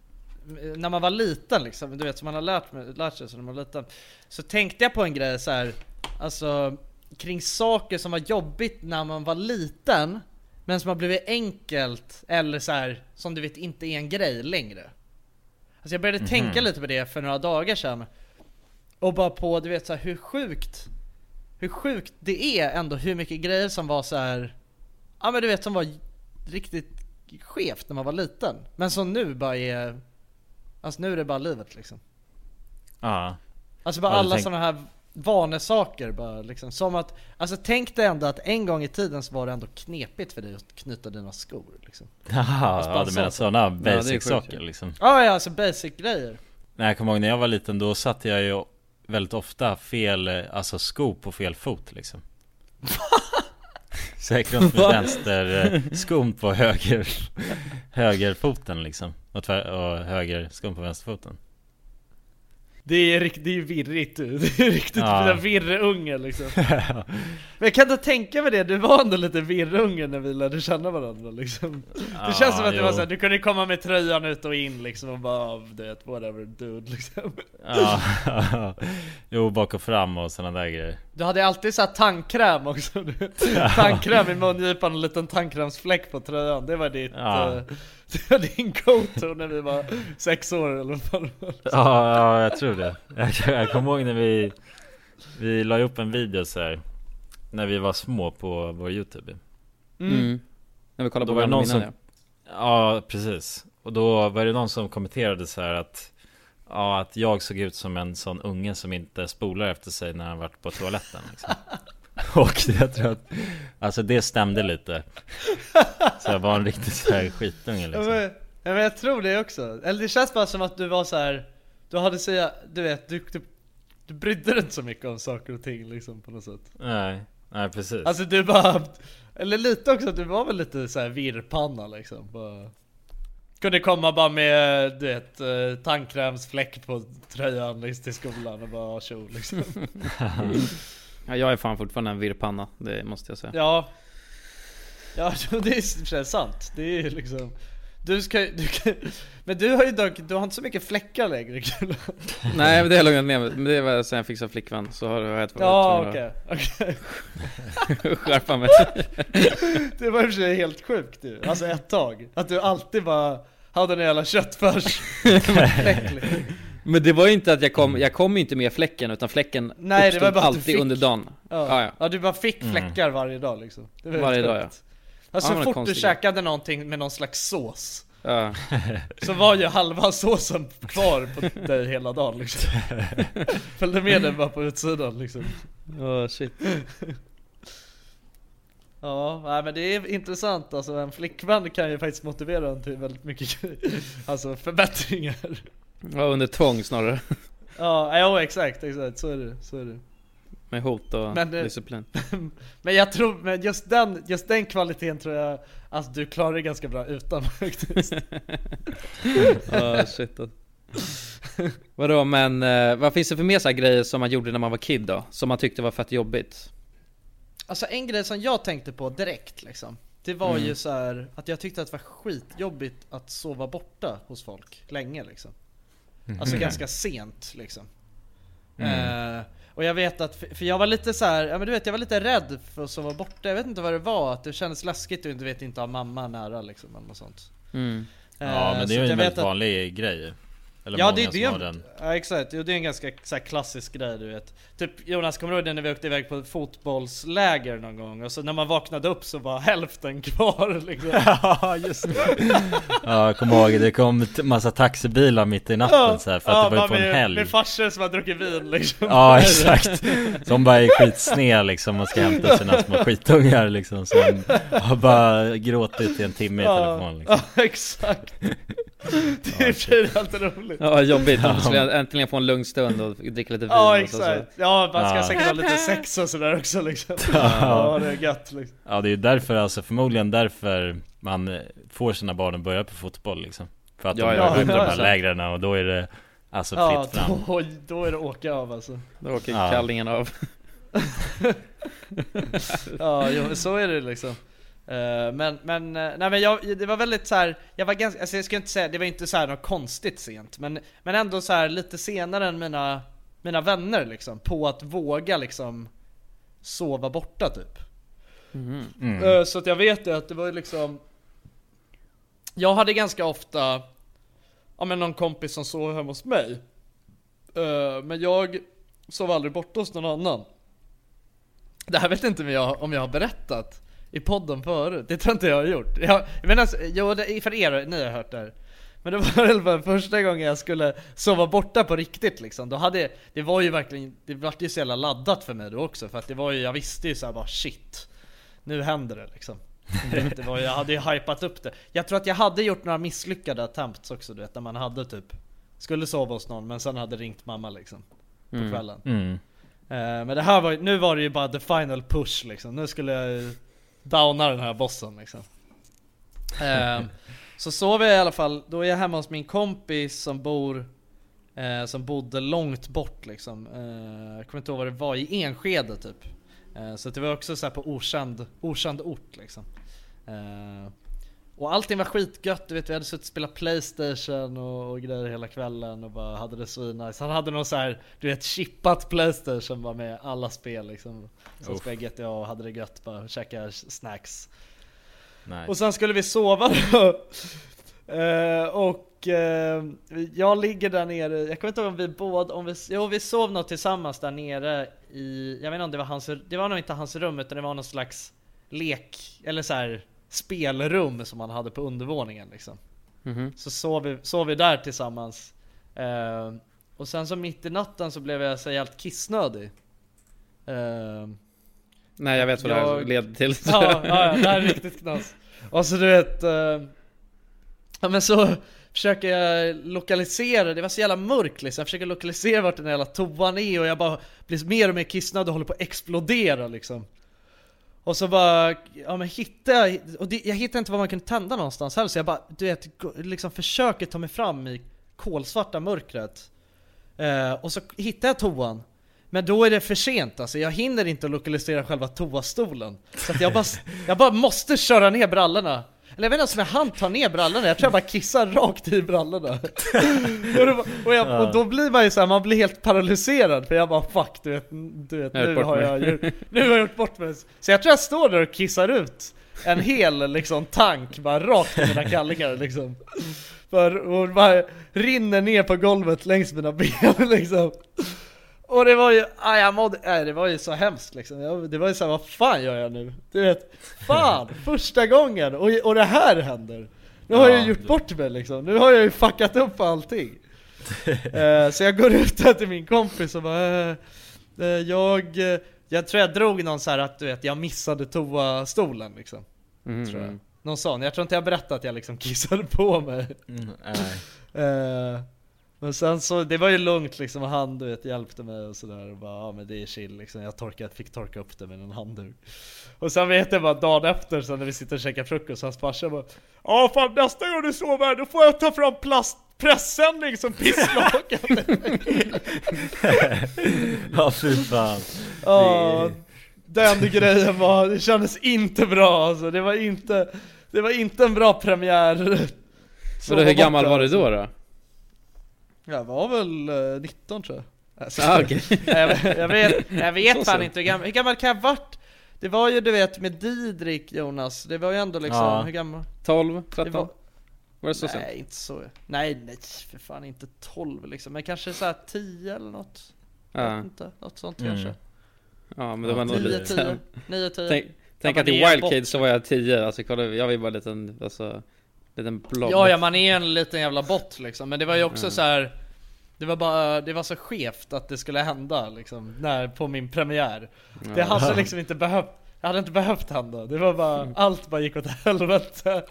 A: när man var liten liksom, du vet, som man har lärt, mig, lärt sig så när man var liten, så tänkte jag på en grej så här, alltså kring saker som var jobbigt när man var liten men som har blivit enkelt eller så här, som du vet inte är en grej längre. Alltså jag började
C: Mhm.
A: tänka lite på det för några dagar sedan och bara på, du vet, så här, hur sjukt hur sjukt det är ändå, hur mycket grejer som var så här, ja men du vet, som var riktigt skevt när man var liten, men som nu bara är, alltså nu är det bara livet liksom.
C: Ja.
A: Alltså bara
C: Ja, du
A: alla
C: tänk-
A: sådana här vanesaker bara liksom, som att, alltså tänk dig ändå att en gång i tiden så var det ändå knepigt för dig att knyta dina skor liksom.
C: Jaha, ja, du menar sådana
D: det är
C: basic
D: sjukt,
C: saker
D: ja.
C: liksom.
A: Ja, ja, alltså basic grejer.
C: Nej, jag kommer ihåg när jag var liten, då satte jag ju väldigt ofta fel, eh, alltså sko på fel fot liksom. Så jag gick runt med vänster eh, skon på höger högerfoten liksom, och, tvär, och höger skon på vänsterfoten.
A: Det är riktigt, det är virrigt. Det är riktigt
C: Ja.
A: virrunge liksom. Men jag kan inte tänka mig det. Du var ändå lite virrunge när vi lärde känna varandra liksom. Det
C: Ja,
A: känns som att det
C: jo.
A: var så här, du kunde komma med tröjan ut och in liksom och bara, du vet, whatever dude liksom.
C: Ja, jo, bak och fram och sådana där grejer.
A: Du hade alltid så här tandkräm också, du vet. Tandkräm i mungipan och en liten tandkrämsfläck på tröjan. Det var ditt
C: Ja.
A: eh, det var din go-to när vi var sex år eller vad fan det var.
C: Ja, ja, jag tror det. Jag, jag kommer ihåg när vi Vi la upp en video så här när vi var små på vår YouTube.
D: Mm. Mm. När vi kollade
C: Då
D: på
C: var det någon
D: innan,
C: som, ja, precis. Och då var det någon som kommenterade så här att ja, att jag såg ut som en sån unge som inte spolar efter sig när han varit på toaletten liksom. Och jag tror att alltså det stämde lite. Så jag var en riktigt så här skitunge liksom.
A: Ja, men, ja, men jag tror det också. Eller det känns bara som att du var så här. Du hade så, du vet, du, du, du brydde dig inte så mycket om saker och ting liksom på något sätt.
C: Nej, nej precis.
A: Alltså du bara, eller lite också, du var väl lite så här virrpanna liksom. Bara, kunde komma bara med, du vet, eh, tandkrämsfläck på tröjan liksom, till skolan och bara tjo liksom.
D: Ja, jag är fan fortfarande en virrpanna, det måste jag säga.
A: Ja. Ja, det är sant. Det är liksom. Du ska, du kan, men du har ju dock, du har inte så mycket fläckar längre.
D: Nej, men det har jag lugnat ner med. Men det var sen jag fick så flickvän. Så har jag ett
A: ja, okej, okej.
D: Skärpa mig.
A: Det var ju för sig helt sjukt du. Alltså ett tag. Att du alltid bara hade en jävla köttfärs.
D: Men det var ju inte att jag kom, jag kom ju inte med fläcken, utan fläcken
A: Nej,
D: uppstod
A: det var bara
D: alltid
A: fick,
D: under dagen.
A: Ja.
D: Ja, ja.
A: Ja, du bara fick fläckar mm. varje dag liksom. Det var
D: varje dag, ja.
A: Alltså
D: ja,
A: så fort
D: konstigt.
A: du käkade någonting med någon slags sås,
D: ja.
A: så var ju halva såsen kvar på dig hela dagen liksom. Följde med den bara på utsidan liksom.
D: Åh, oh, shit.
A: Ja, nej, men det är intressant. Alltså en flickvän kan ju faktiskt motivera en till väldigt mycket alltså förbättringar.
D: Ja, under tvång snarare.
A: Ja, ja exakt, exakt, så är det, så är det.
D: Med hot och
A: men,
D: disciplin.
A: Men jag tror, men just den, just den kvaliteten tror jag att alltså, du klarar det ganska bra utan faktiskt.
D: Ja, oh, shit. Vadå, men eh, vad finns det för mer så här grejer som man gjorde när man var kid då? Som man tyckte var fett jobbigt?
A: Alltså en grej som jag tänkte på direkt liksom, det var
D: mm.
A: ju så här att jag tyckte att det var skitjobbigt att sova borta hos folk länge liksom. Alltså mm. ganska sent liksom. Mm. Uh, och jag vet att, för jag var lite så här, ja men du vet, jag var lite rädd för att sova borta. Jag vet inte vad det var, att det kändes läskigt och inte vet inte ha mamma nära liksom eller något sånt.
C: Mm. Uh, ja, men det är ju en väldigt att, vanlig grej. Eller
A: ja,
C: många
A: det,
C: som
A: det,
C: har den.
A: Ja, exakt. Jo, det är en ganska så här, klassisk grej, du vet. Typ, Jonas, kommer du ihåg det när vi åkte iväg på ett fotbollsläger någon gång? Och så när man vaknade upp så var hälften kvar liksom.
C: Ja, just det. Ja, jag kommer ihåg, det kom massa taxibilar mitt i natten ja, så här, för att ja, det var ju på
A: med,
C: en helg.
A: Med farsor som har druckit vin liksom.
C: Ja, exakt. Som bara är skitsned liksom och ska hämta sina små skitungar liksom. Som har bara gråtit i en timme i
A: ja,
C: telefon liksom.
A: Ja, exakt. Det är ja, alltid roligt.
D: Ja, jobbigt. Man skulle äntligen få en lugn stund och dricka lite vin.
A: Ja, exakt.
D: Så.
A: Ja, man ska
C: ja.
A: säkert ha lite sex och sådär också liksom. Ja, ja det är gött liksom.
C: Ja, det är ju därför, alltså förmodligen därför man får sina barn att börja på fotboll liksom. För att
D: ja,
C: de
D: ja,
C: börjar under
A: ja,
C: de här
A: ja.
C: lägren och då är det alltså
A: ja,
C: fritt fram.
A: Då, då är det åka av alltså.
D: Då åker
C: ja.
D: kallingen av.
A: Ja, jo, så är det liksom. Uh, men men uh, nej men jag, det var väldigt så här, jag var ganska, alltså jag ska inte säga, det var inte så här något konstigt sent, men men ändå så här lite senare än mina mina vänner liksom, på att våga liksom sova borta typ.
D: Mm.
C: Mm.
A: Uh, så att jag vet ju att det var liksom, jag hade ganska ofta ja men någon kompis som sov hemma hos mig. Uh, men jag sov aldrig borta hos någon annan. Det här vet inte om jag, om jag har berättat i podden förut. Det tror inte jag har gjort. Jag, men alltså, jo, det, för er, ni har hört det här. Men det var i alla fall första gången jag skulle sova borta på riktigt liksom. Då hade, det var ju verkligen, det var ju så jävla laddat för mig då också. För att det var ju, jag visste ju så här bara shit, nu händer det liksom. Det var, jag hade ju hypat upp det. Jag tror att jag hade gjort några misslyckade attempts också, du vet. När man hade typ, skulle sova hos någon men sen hade ringt mamma liksom på
D: mm.
A: kvällen.
C: Mm.
A: Uh, men det här var, nu var det ju bara the final push liksom. Nu skulle jag downa den här bossen liksom. uh, Så sov jag i alla fall. Då är jag hemma hos min kompis som bor eh, som bodde långt bort liksom. eh, Jag kommer inte ihåg vad det var, i Enskede typ. eh, Så det var också så här på okänd, okänd ort liksom. eh, Och allting var skitgött, du vet, vi hade suttit och spelat Playstation och, och grejer hela kvällen och bara hade det så nice. Han hade någon så här, du vet, chippat Playstation bara med alla spel liksom. Så spelade G T A och hade det gött, bara käka snacks. Nice. Och sen skulle vi sova då. uh, Och uh, jag ligger där nere, jag kommer inte ihåg om vi båda, om vi, jo, vi sov nog tillsammans där nere i, jag vet inte om det var hans, det var nog inte hans rum, utan det var någon slags lek, eller så här spelrum som han hade på undervåningen liksom. Mm-hmm. Så sov vi, sov vi där tillsammans. uh, Och sen så mitt i natten så blev jag så helt kissnödig. uh,
D: Nej, jag vet vad jag... det här leder till.
A: Ja, ja, det här är riktigt knas. Och så du vet, uh, ja men så försöker jag lokalisera, det var så jävla mörkt liksom. Jag försöker lokalisera vart den jävla toan är och jag bara blir mer och mer kissnödig och håller på att explodera liksom. Och så bara, ja men hittar jag, och det, jag hittar inte vad man kunde tända någonstans heller, så jag bara, du vet, liksom försöker ta mig fram i kolsvarta mörkret. Uh, och så hittar jag toan. Men då är det för sent, alltså jag hinner inte lokalisera själva toastolen. Så att jag bara, jag bara måste köra ner brallorna. Eller jag vet inte om jag hann ta ner brallorna. Jag tror jag bara kissar rakt i brallorna. och, då, och, jag, och då blir man ju så här, man blir helt paralyserad. För jag bara, fuck, du vet, du vet nu, har jag, nu har jag gjort bort mig. Så jag tror jag står där och kissar ut en hel liksom, tank bara rakt i mina kallingar liksom. För, och bara rinner ner på golvet längs mina ben liksom. Och det var ju, ah, jag mådde, nej, det var ju så hemskt liksom. Jag, det var ju så här, vad fan gör jag nu? Du vet, fan, första gången och, och det här händer. Nu har ja, jag gjort bort mig liksom. Nu har jag ju fuckat upp allting. uh, Så jag går ut där till min kompis och bara uh, uh, Jag uh, Jag tror jag drog någon så här att du vet, jag missade toastolen liksom. Mm. Tror jag. Någon sån, jag tror inte jag berättade att jag liksom kissade på mig. Mm, uh, Men sen så, det var ju lugnt liksom, och han du vet hjälpte mig och sådär och bara, ja men det är chill liksom. Jag torkade, fick torka upp det med en handduk. Och sen vet jag bara dagen efter så när vi sitter och käkar frukost, hans farsa bara, ja fan nästa gång du sover här, då får jag ta fram plastpressändning som pisslakan.
C: Ja fy fan.
A: Ja, den grejen var, det kändes inte bra alltså. Det var inte, det var inte en bra premiär.
D: Så då, hur gammal var du då då?
A: Jag var väl uh, nitton tror jag. Alltså,
D: ah, okay.
A: jag, jag vet, jag vet fan inte hur gammal, hur gammal kan jag varit? Det var ju du vet med Didrik Jonas. Det var ju ändå liksom, ja. Hur gammal?
D: tolv, tretton Var,
A: var det så nej, sent? Inte så. Nej, nej, för fan inte tolv liksom. Men kanske så här tio eller något. Ja. Jag vet inte, något sånt mm. kanske.
D: Ja, men det var nog lite.
A: nio tio
D: Tänk, tänk att i Wild Kids så var jag tio. Alltså kolla, jag var ju bara en liten, alltså liten blob.
A: Ja, ja, man är en liten jävla bot liksom. Men det var ju också mm. så här. Det var bara, det var så skevt att det skulle hända liksom, när, på min premiär. Ja. Det hade liksom inte behövt, jag hade inte behövt hända. Det var bara, mm. allt bara gick åt helvete.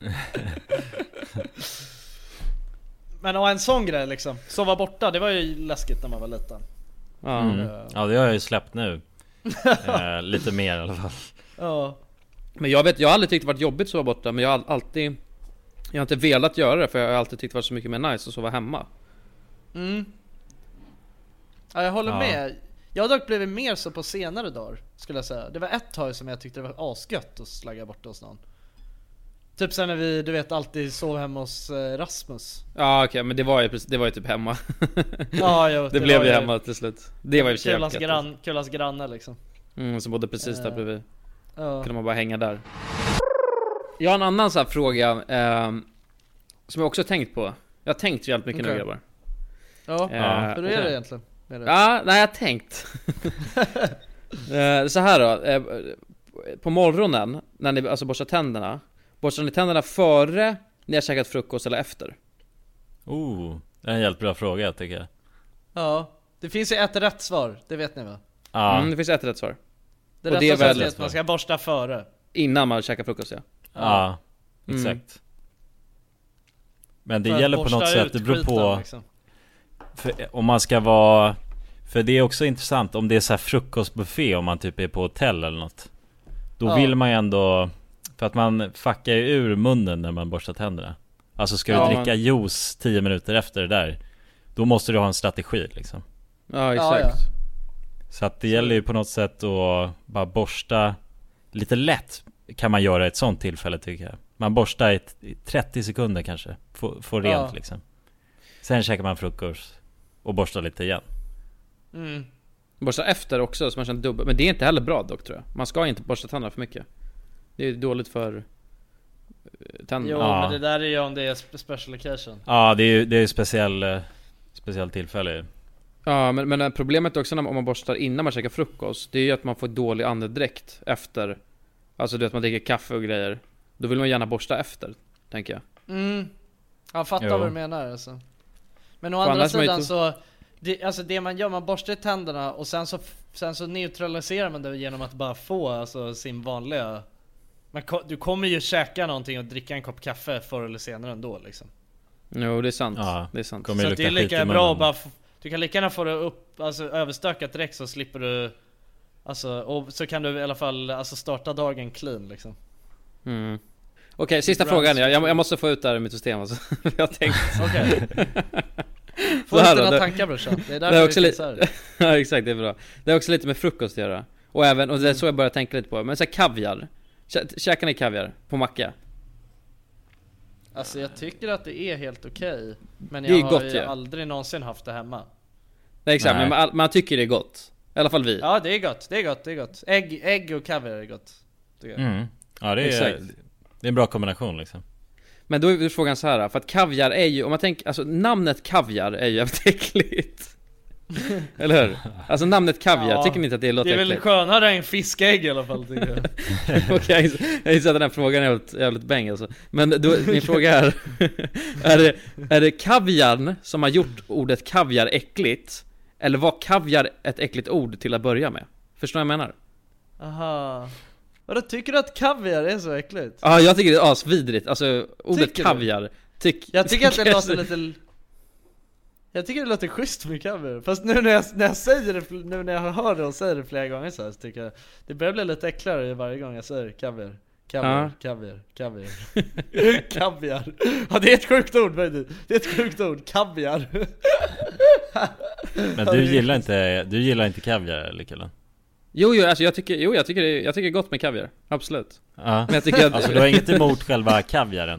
A: Men och en sån grej liksom, sova borta, det var ju läskigt när man var liten.
C: Mm. Mm. Ja, det har jag ju släppt nu. eh, lite mer i alla fall.
A: Ja.
D: Men jag vet, jag har aldrig tyckt det varit jobbigt att sova borta. Men jag har alltid, jag har inte velat göra det. För jag har alltid tyckt det var så mycket mer nice att sova hemma.
A: Mm. Ja, jag håller ja. med. Jag har dock blivit mer så på senare dagar, skulle jag säga. Det var ett tag som jag tyckte det var asgött att slagga bort hos någon. Typ sen när vi, du vet, alltid sov hemma hos eh, Rasmus.
D: Ja okej, okay, men det var ju det var ju typ hemma.
A: Ja, jo,
D: det, det blev ju hemma till slut. Det var ju
A: kulas grann, kulas granne liksom.
D: Mm, som bodde precis där bredvid. Ja. Kunde man bara hänga där. Jag har en annan så här fråga eh, som jag också tänkt på. Jag har tänkt jävligt mycket okay. nu grabbar.
A: Ja,
D: eh,
A: hur är det egentligen? Är det?
D: Ja, nej jag har tänkt. eh, så här då, eh, på morgonen när ni alltså borstar tänderna, borstar ni tänderna före ni har käkat frukost eller efter?
C: Oh, det är en helt bra fråga tycker jag.
A: Ja, det finns ju ett rätt svar, det vet ni va?
D: Ja, mm, det finns ett rätt svar.
A: Det rätta det svaret är att man ska borsta före.
D: Innan man käkar frukost, ja.
C: Ja, ja exakt. Mm. Men det för gäller på något sätt, det beror på liksom. För, om man ska vara. För det är också intressant om det är så här frukostbuffé, om man typ är på hotell eller något. Då ja. vill man ju ändå, för att man fuckar ju ur munnen när man borstar tänderna. Alltså ska du ja, dricka man... juice tio minuter efter det där, då måste du ha en strategi liksom.
D: Ja, exakt.
A: Ja, ja.
C: Så att det gäller ju på något sätt att bara borsta lite lätt, kan man göra ett sånt tillfälle tycker jag. Man borstar i trettio sekunder kanske, få, få rent
A: Ja.
C: liksom. Sen käkar man frukost och borstar lite igen.
A: Mm.
D: Borsta efter också så man känner dubbel. Men det är inte heller bra dock, tror jag. Man ska inte borsta tänderna för mycket. Det är dåligt för tänderna.
A: Jo,
C: Ja.
A: men det där är ju om det är spe- special occasion.
C: Ja, det är ju det är ju speciell, eh, speciell tillfälle.
D: Ja, men, men problemet också när, om man borstar innan man käkar frukost, det är ju att man får dålig andedräkt efter. Alltså du vet, man dricker kaffe och grejer. Då vill man gärna borsta efter, tänker jag.
A: Mm. Jag fattar
C: Jo.
A: vad du menar alltså. Men å
D: För
A: andra
D: annars man ju
A: sidan
D: inte-
A: så det, alltså det man gör, man borstar i tänderna och sen så, sen så neutraliserar man det genom att bara få alltså, sin vanliga man, ko- du kommer ju käka någonting och dricka en kopp kaffe förr eller senare ändå liksom.
D: Jo, det är sant.
C: Ja.
D: Det är sant.
C: Kommer
A: Så
C: ju
A: att det är
C: lukta skit
A: lika
C: i
A: bra
C: munnen.
A: att bara f- du kan lika gärna få det upp, alltså överstökat direkt så slipper du. Alltså, och så kan du i alla fall alltså, starta dagen clean liksom.
D: Mm. Okej, sista
A: Browns.
D: frågan. Jag, jag måste få ut det här i mitt system alltså. Jag har tänkt.
A: Okej. Få
D: Så här
A: ut
D: då,
A: dina
D: det-
A: tankar brorsan. Det är
D: Det är
A: därför
D: också
A: vi
D: li-
A: finns här.
D: Ja, exakt, det är bra. Det är också lite med frukost att göra. Och även, och det är så jag börjar tänka lite på. Men så här, kaviar. Kä- Käkar ni kaviar på macka?
A: Alltså jag tycker att det är helt okej. Men
D: Det är
A: jag har
D: gott,
A: ju
D: ja.
A: aldrig någonsin haft det hemma.
D: Nej, exakt,
C: Nej.
D: men man, man tycker det är gott. I alla fall vi.
A: Ja det är gott, det är gott, det är gott. Ägg, ägg och kaviar är gott tycker jag.
C: Mm. Ja, det är,
D: Exakt.
C: det är en bra kombination liksom.
D: Men då är frågan så här, för att kaviar är ju, om man tänker, alltså namnet kaviar är ju jävligt äckligt. Eller hur? Alltså namnet kaviar,
A: Ja,
D: tycker ni inte att det låter
A: Det är väl
D: äckligt?
A: skönare än fiskägg i alla fall tycker jag.
D: Okej, jag inser att den här frågan är jävligt, jävligt bäng alltså. Men då, min fråga är är det, är det kaviarn som har gjort ordet kaviar äckligt? Eller var kaviar ett äckligt ord till att börja med? Förstår vad jag menar?
A: Aha. Vadå, tycker du att kaviar är så äckligt?
D: Ja, jag tycker det är asvidrigt. Alltså, ordet
A: Tycker du?
D: kaviar tyck,
A: Jag tycker att det
D: jag-
A: låter lite. Jag tycker det låter schysst med kaviar. Fast nu när jag, när jag säger det, nu när jag hör det och säger det flera gånger så, här, så tycker jag det börjar bli lite äckligare varje gång jag säger kaviar. Kaviar,
D: Ja.
A: kaviar, kaviar. Kaviar. Ja, det är ett sjukt ord, vet. Det är ett sjukt ord, kaviar.
C: Men du gillar inte, du gillar inte kaviar, Likalan?
D: Jo, jo, alltså jag tycker, jo, jag tycker det, jag tycker det är gott med kaviar. Absolut.
C: Ja.
D: Men jag tycker att,
C: Alltså du har inget emot själva kaviaren?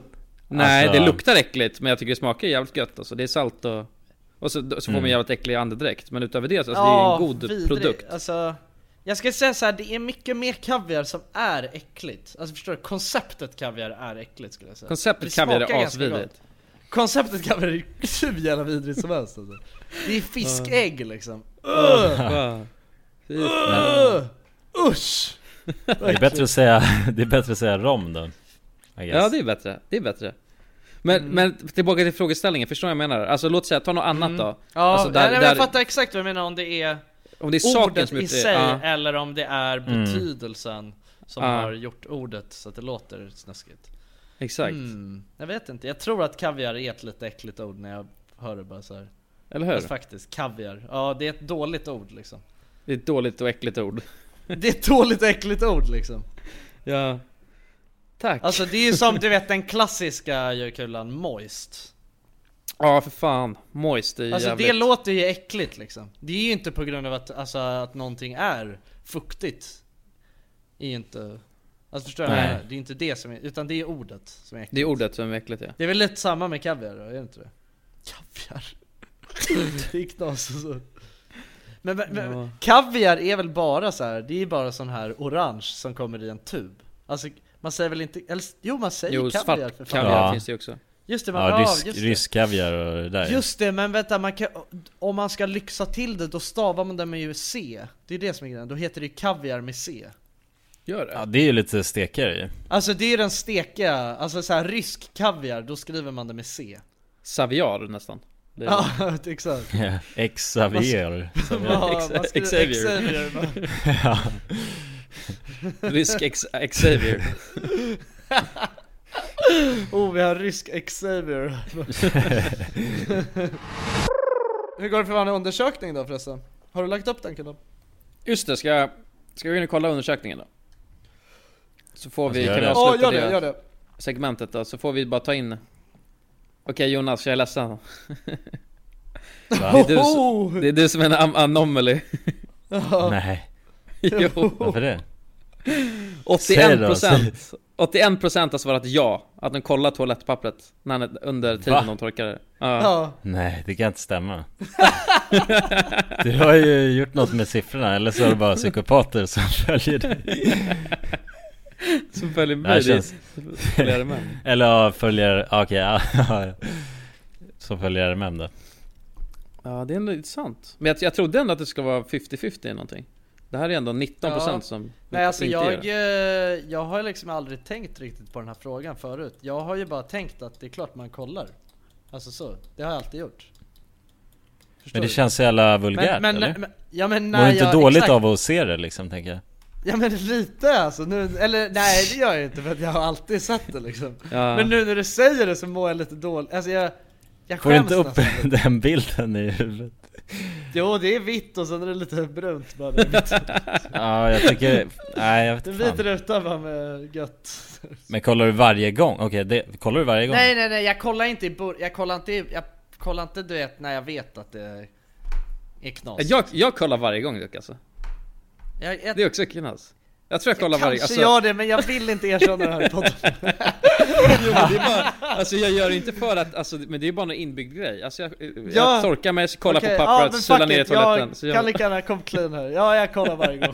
D: nej,
C: alltså-
D: det luktar äckligt, men jag tycker det smakar jävligt gött alltså. Det är salt och och så, så får man
C: Mm.
D: jävligt äcklig andedräkt. Men utöver det så alltså, det är en god
A: vidrig.
D: produkt.
A: Alltså, jag ska säga så här, det är mycket mer kaviar som är äckligt. Alltså förstår du, konceptet kaviar är äckligt skulle jag säga.
D: Konceptet
A: Det
D: kaviar
A: smakar
D: är
A: ganska
D: asvidrigt.
A: gott. Konceptet kaviar är hur jävla vidrigt som helst alltså. Det är fiskägg liksom.
D: Ja. Fy fan.
A: Uh, usch!
C: Det är bättre att säga, det är bättre att säga rom då, I guess.
D: Ja, det är bättre. Det är bättre. Men,
A: Mm.
D: men tillbaka till frågeställningen, förstår jag vad jag menar? Alltså låt säga, ta något annat då.
A: Ja,
D: Alltså, där-
A: nej, men
D: där-
A: jag fattar exakt vad jag menar, om det är
D: Om det är saken
A: ordet
D: som
A: i
D: inte
A: sig
D: ja.
A: eller om det är
C: Mm.
A: betydelsen som
D: Ja.
A: har gjort ordet så att det låter snuskigt.
D: Exakt.
A: Mm, jag vet inte, jag tror att kaviar är ett lite äckligt ord när jag hör det bara så här.
D: Eller hur?
A: Fast faktiskt, kaviar, ja det är ett dåligt ord liksom.
D: Det är ett dåligt och äckligt ord.
A: Det är ett dåligt och äckligt ord liksom.
D: Ja. Tack.
A: Alltså det är ju som du vet den klassiska gökulan moist.
D: Ja, för fan. Moist, det är
A: Alltså
D: jävligt.
A: det låter ju äckligt liksom. Det är ju inte på grund av att, alltså, att någonting är fuktigt. Det är ju inte, alltså förstår du vad jag
C: Nej.
A: menar? Det är inte det som är, utan det är ordet som är äckligt.
D: Det är ordet som är äckligt, ja.
A: Det är väl lite samma med kaviar då, är det inte det? Kaviar. Det är knas och så. Men, men, men
D: Ja.
A: kaviar är väl bara så här, det är bara sån här orange som kommer i en tub. Alltså man säger väl inte, eller jo man säger
D: Jo,
A: kaviar
D: svart
A: för fan.
D: kaviar
C: Ja.
D: finns det ju också.
A: Just det, man,
C: Ja,
A: ja,
C: rysk,
A: just det.
C: rysk kaviar och det där.
A: Just det, men vänta, man kan, om man ska lyxa till det, då stavar man det med ju C. Det är det som är grejen, då heter det ju kaviar med C.
D: Gör det?
C: Ja, det är ju lite stekare ju.
A: Alltså det är den stekiga, alltså så här rysk kaviar, då skriver man det med C.
D: Saviar nästan. Det är...
A: Ja, exakt.
C: Xavier.
A: Ja,
D: Ex-
A: man skriver
D: Xavier.
A: Xavier. va?
C: Ja.
D: Rysk ex- Xavier.
A: Oh, vi har rysk Xavier. Hur går det för vanlig undersökning då förresten? Har du lagt upp den killen?
D: Just det, ska jag, ska vi in och kolla undersökningen då? Så får vi,
C: Gör
D: kan vi
C: det.
A: Ja,
D: avsluta
A: gör det,
D: det
A: gör det.
D: segmentet då, så får vi bara ta in. Okej Jonas, jag är ledsen. Va? Det, är du, som- det är du som är en am- anomaly.
C: Nej.
D: Jo.
C: Varför det?
D: åttioen procent åttioen procent har svarat ja. Att de kollar toalettpappret när han, under tiden
C: Va?
D: de torkar det. Ja.
A: Ja.
C: Nej, det kan inte stämma. Du har ju gjort något med siffrorna. Eller så är det bara psykopater som följer dig.
D: Som följer
C: Det här
D: med
C: känns-
D: följer med.
C: Eller ja, följer, okej, ja, ja. Som följer med då.
D: Ja, det är ändå sant. Men jag, jag trodde ändå att det skulle vara femtio femtio någonting. Det här är ändå nitton procent
A: Ja.
D: som
A: Nej alltså
D: inte
A: jag,
D: gör det.
A: eh, jag har liksom aldrig tänkt riktigt på den här frågan förut. Jag har ju bara tänkt att det är klart man kollar. Alltså så, det har jag alltid gjort. Förstår
C: Men det
A: du?
C: känns så jävla vulgärt,
A: men,
C: eller?
A: men, ja, men
C: Mår
A: nej,
C: inte
A: jag,
C: dåligt
A: exakt.
C: av att se det liksom, tänker jag.
A: Ja men lite alltså, nu, eller nej det gör jag inte för att jag har alltid sett det liksom.
D: Ja.
A: Men nu när du säger det så mår jag lite dåligt. Alltså jag, jag
C: Får du
A: skäms
C: inte upp
A: nästan.
C: den bilden i huvudet?
A: Jo det är vitt och sen är det lite brunt bara. Det är vitt.
C: Ja, jag tycker, nej jag vet
A: Det
C: inte
A: vit
C: fan.
A: ruta bara med gött.
C: Men kollar du varje gång? Okej, det, kollar du varje gång?
A: Nej nej nej, jag kollar inte i bur- jag kollar inte i, jag kollar inte du vet när jag vet att det är knas.
D: Jag, jag kollar varje gång dock alltså.
A: jag, jag,
D: Det är också knas. Jag tror jag kollar
A: jag
D: varje
A: kanske
D: alltså,
A: gör det men jag vill inte erkänna det här i podden.
D: jo, men det är bara, alltså jag gör det inte för att, alltså, men det är bara en inbyggd grej. Alltså jag, jag
A: Ja.
D: torkar mig, kollar
A: Okej,
D: på
A: ja,
D: pappret,
A: men
D: sular
A: fuck
D: ner i
A: it,
D: toaletten. Så
A: Jag
D: jag,
A: kan lika gärna kom clean här. Ja jag kollar varje gång.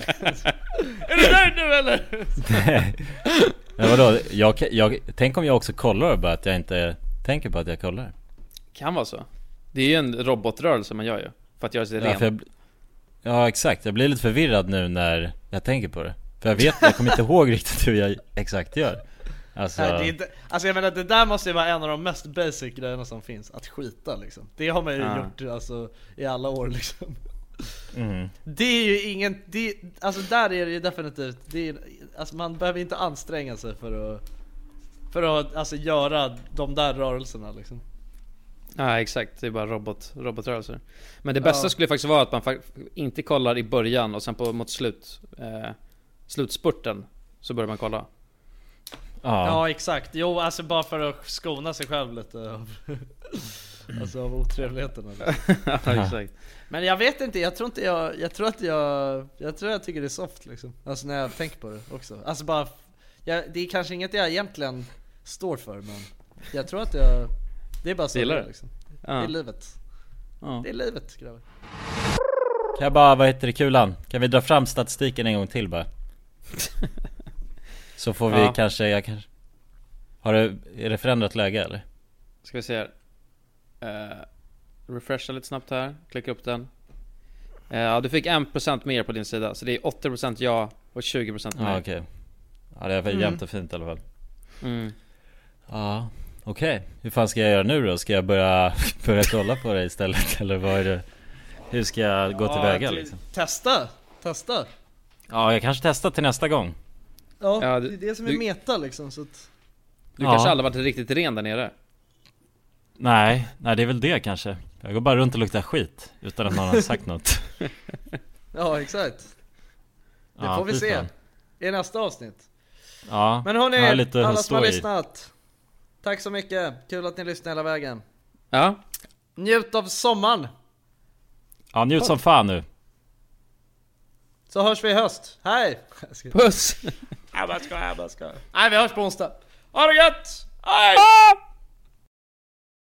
A: Är du nöjd nu eller?
C: Nej. Men vadå, jag, jag, tänk om jag också kollar bara att jag inte tänker på att jag kollar.
D: kan vara så. Det är ju en robotrörelse man gör ju. För att göra sig
C: Ja,
D: ren.
C: för jag, ja exakt, jag blir lite förvirrad nu när jag tänker på det. För jag vet, jag kommer inte ihåg riktigt hur jag exakt gör. Alltså,
A: Nej, det är inte, alltså jag menar det där måste ju vara en av de mest basic grejerna som finns. Att skita liksom. Det har man ju
D: Ja.
A: gjort alltså, i alla år liksom.
C: mm.
A: Det är ju ingen, det, alltså där är det ju definitivt det är, alltså man behöver inte anstränga sig för att För att alltså göra de där rörelserna liksom.
D: Ja exakt, det är bara robot, robotrörelser. Men det bästa
A: Ja.
D: skulle faktiskt vara att man fa- inte kollar i början och sen på mot slut eh, slutspurten så börjar man kolla.
C: Ja.
A: Ja exakt, jo alltså bara för att skona sig själv lite av, alltså av otrevligheterna liksom.
D: Ja exakt.
A: Men jag vet inte, jag tror inte jag, jag tror att jag, jag tror jag tycker det är soft liksom. Alltså när jag tänker på det också. Alltså bara, jag, det är kanske inget jag egentligen står för men jag tror att jag, det är bara så
D: Gillar
A: det
D: det?
A: är, liksom.
D: Ja.
A: Det är livet.
D: Ja.
A: Det är livet grabbar.
C: Kan jag bara, vad heter det, kulan? Kan vi dra fram statistiken en gång till bara? Så får vi
D: Ja.
C: kanske, jag kanske... Har det, är det förändrat läge eller?
D: Ska vi se här. Uh, refresha lite snabbt här. Klicka upp den. Eh, Ja, du fick en procent mer på din sida. Så det är åttio procent ja och tjugo procent nej.
C: Ja okej. Ja det är
A: Mm.
C: jämnt och fint i alla fall.
D: Mm.
C: Ja, okej. Hur fan ska jag göra nu då? Ska jag börja, börja kolla på det istället? Eller vad är det? Hur ska jag gå tillväga
A: till-
C: liksom?
A: Testa, testa.
C: Ja, jag kanske testar till nästa gång.
A: Ja,
D: Ja,
A: det
D: du-
A: är det som är
D: du-
A: meta liksom så att,
D: Du
C: Ja.
D: kanske aldrig varit riktigt ren där nere.
C: Nej, nej det är väl det kanske. Jag går bara runt och luktar skit utan att någon har sagt något.
A: ja exakt. Det
C: Ja,
A: får vi
C: fy
A: se
C: fan.
A: i nästa avsnitt.
C: Ja,
A: Men
C: jag har
A: hörni,
C: lite
A: alla
C: att
A: som har
C: stå i.
A: lyssnat, tack så mycket, kul att ni lyssnade hela vägen.
D: Ja.
A: Njut av sommaren,
C: Ja, njut som fan nu.
A: så hörs vi i höst. Hej!
D: Puss!
A: Jag bara ska, jag bara ska. Nej vi hörs på onsdag. Ha det gött! Hej!
D: Ah!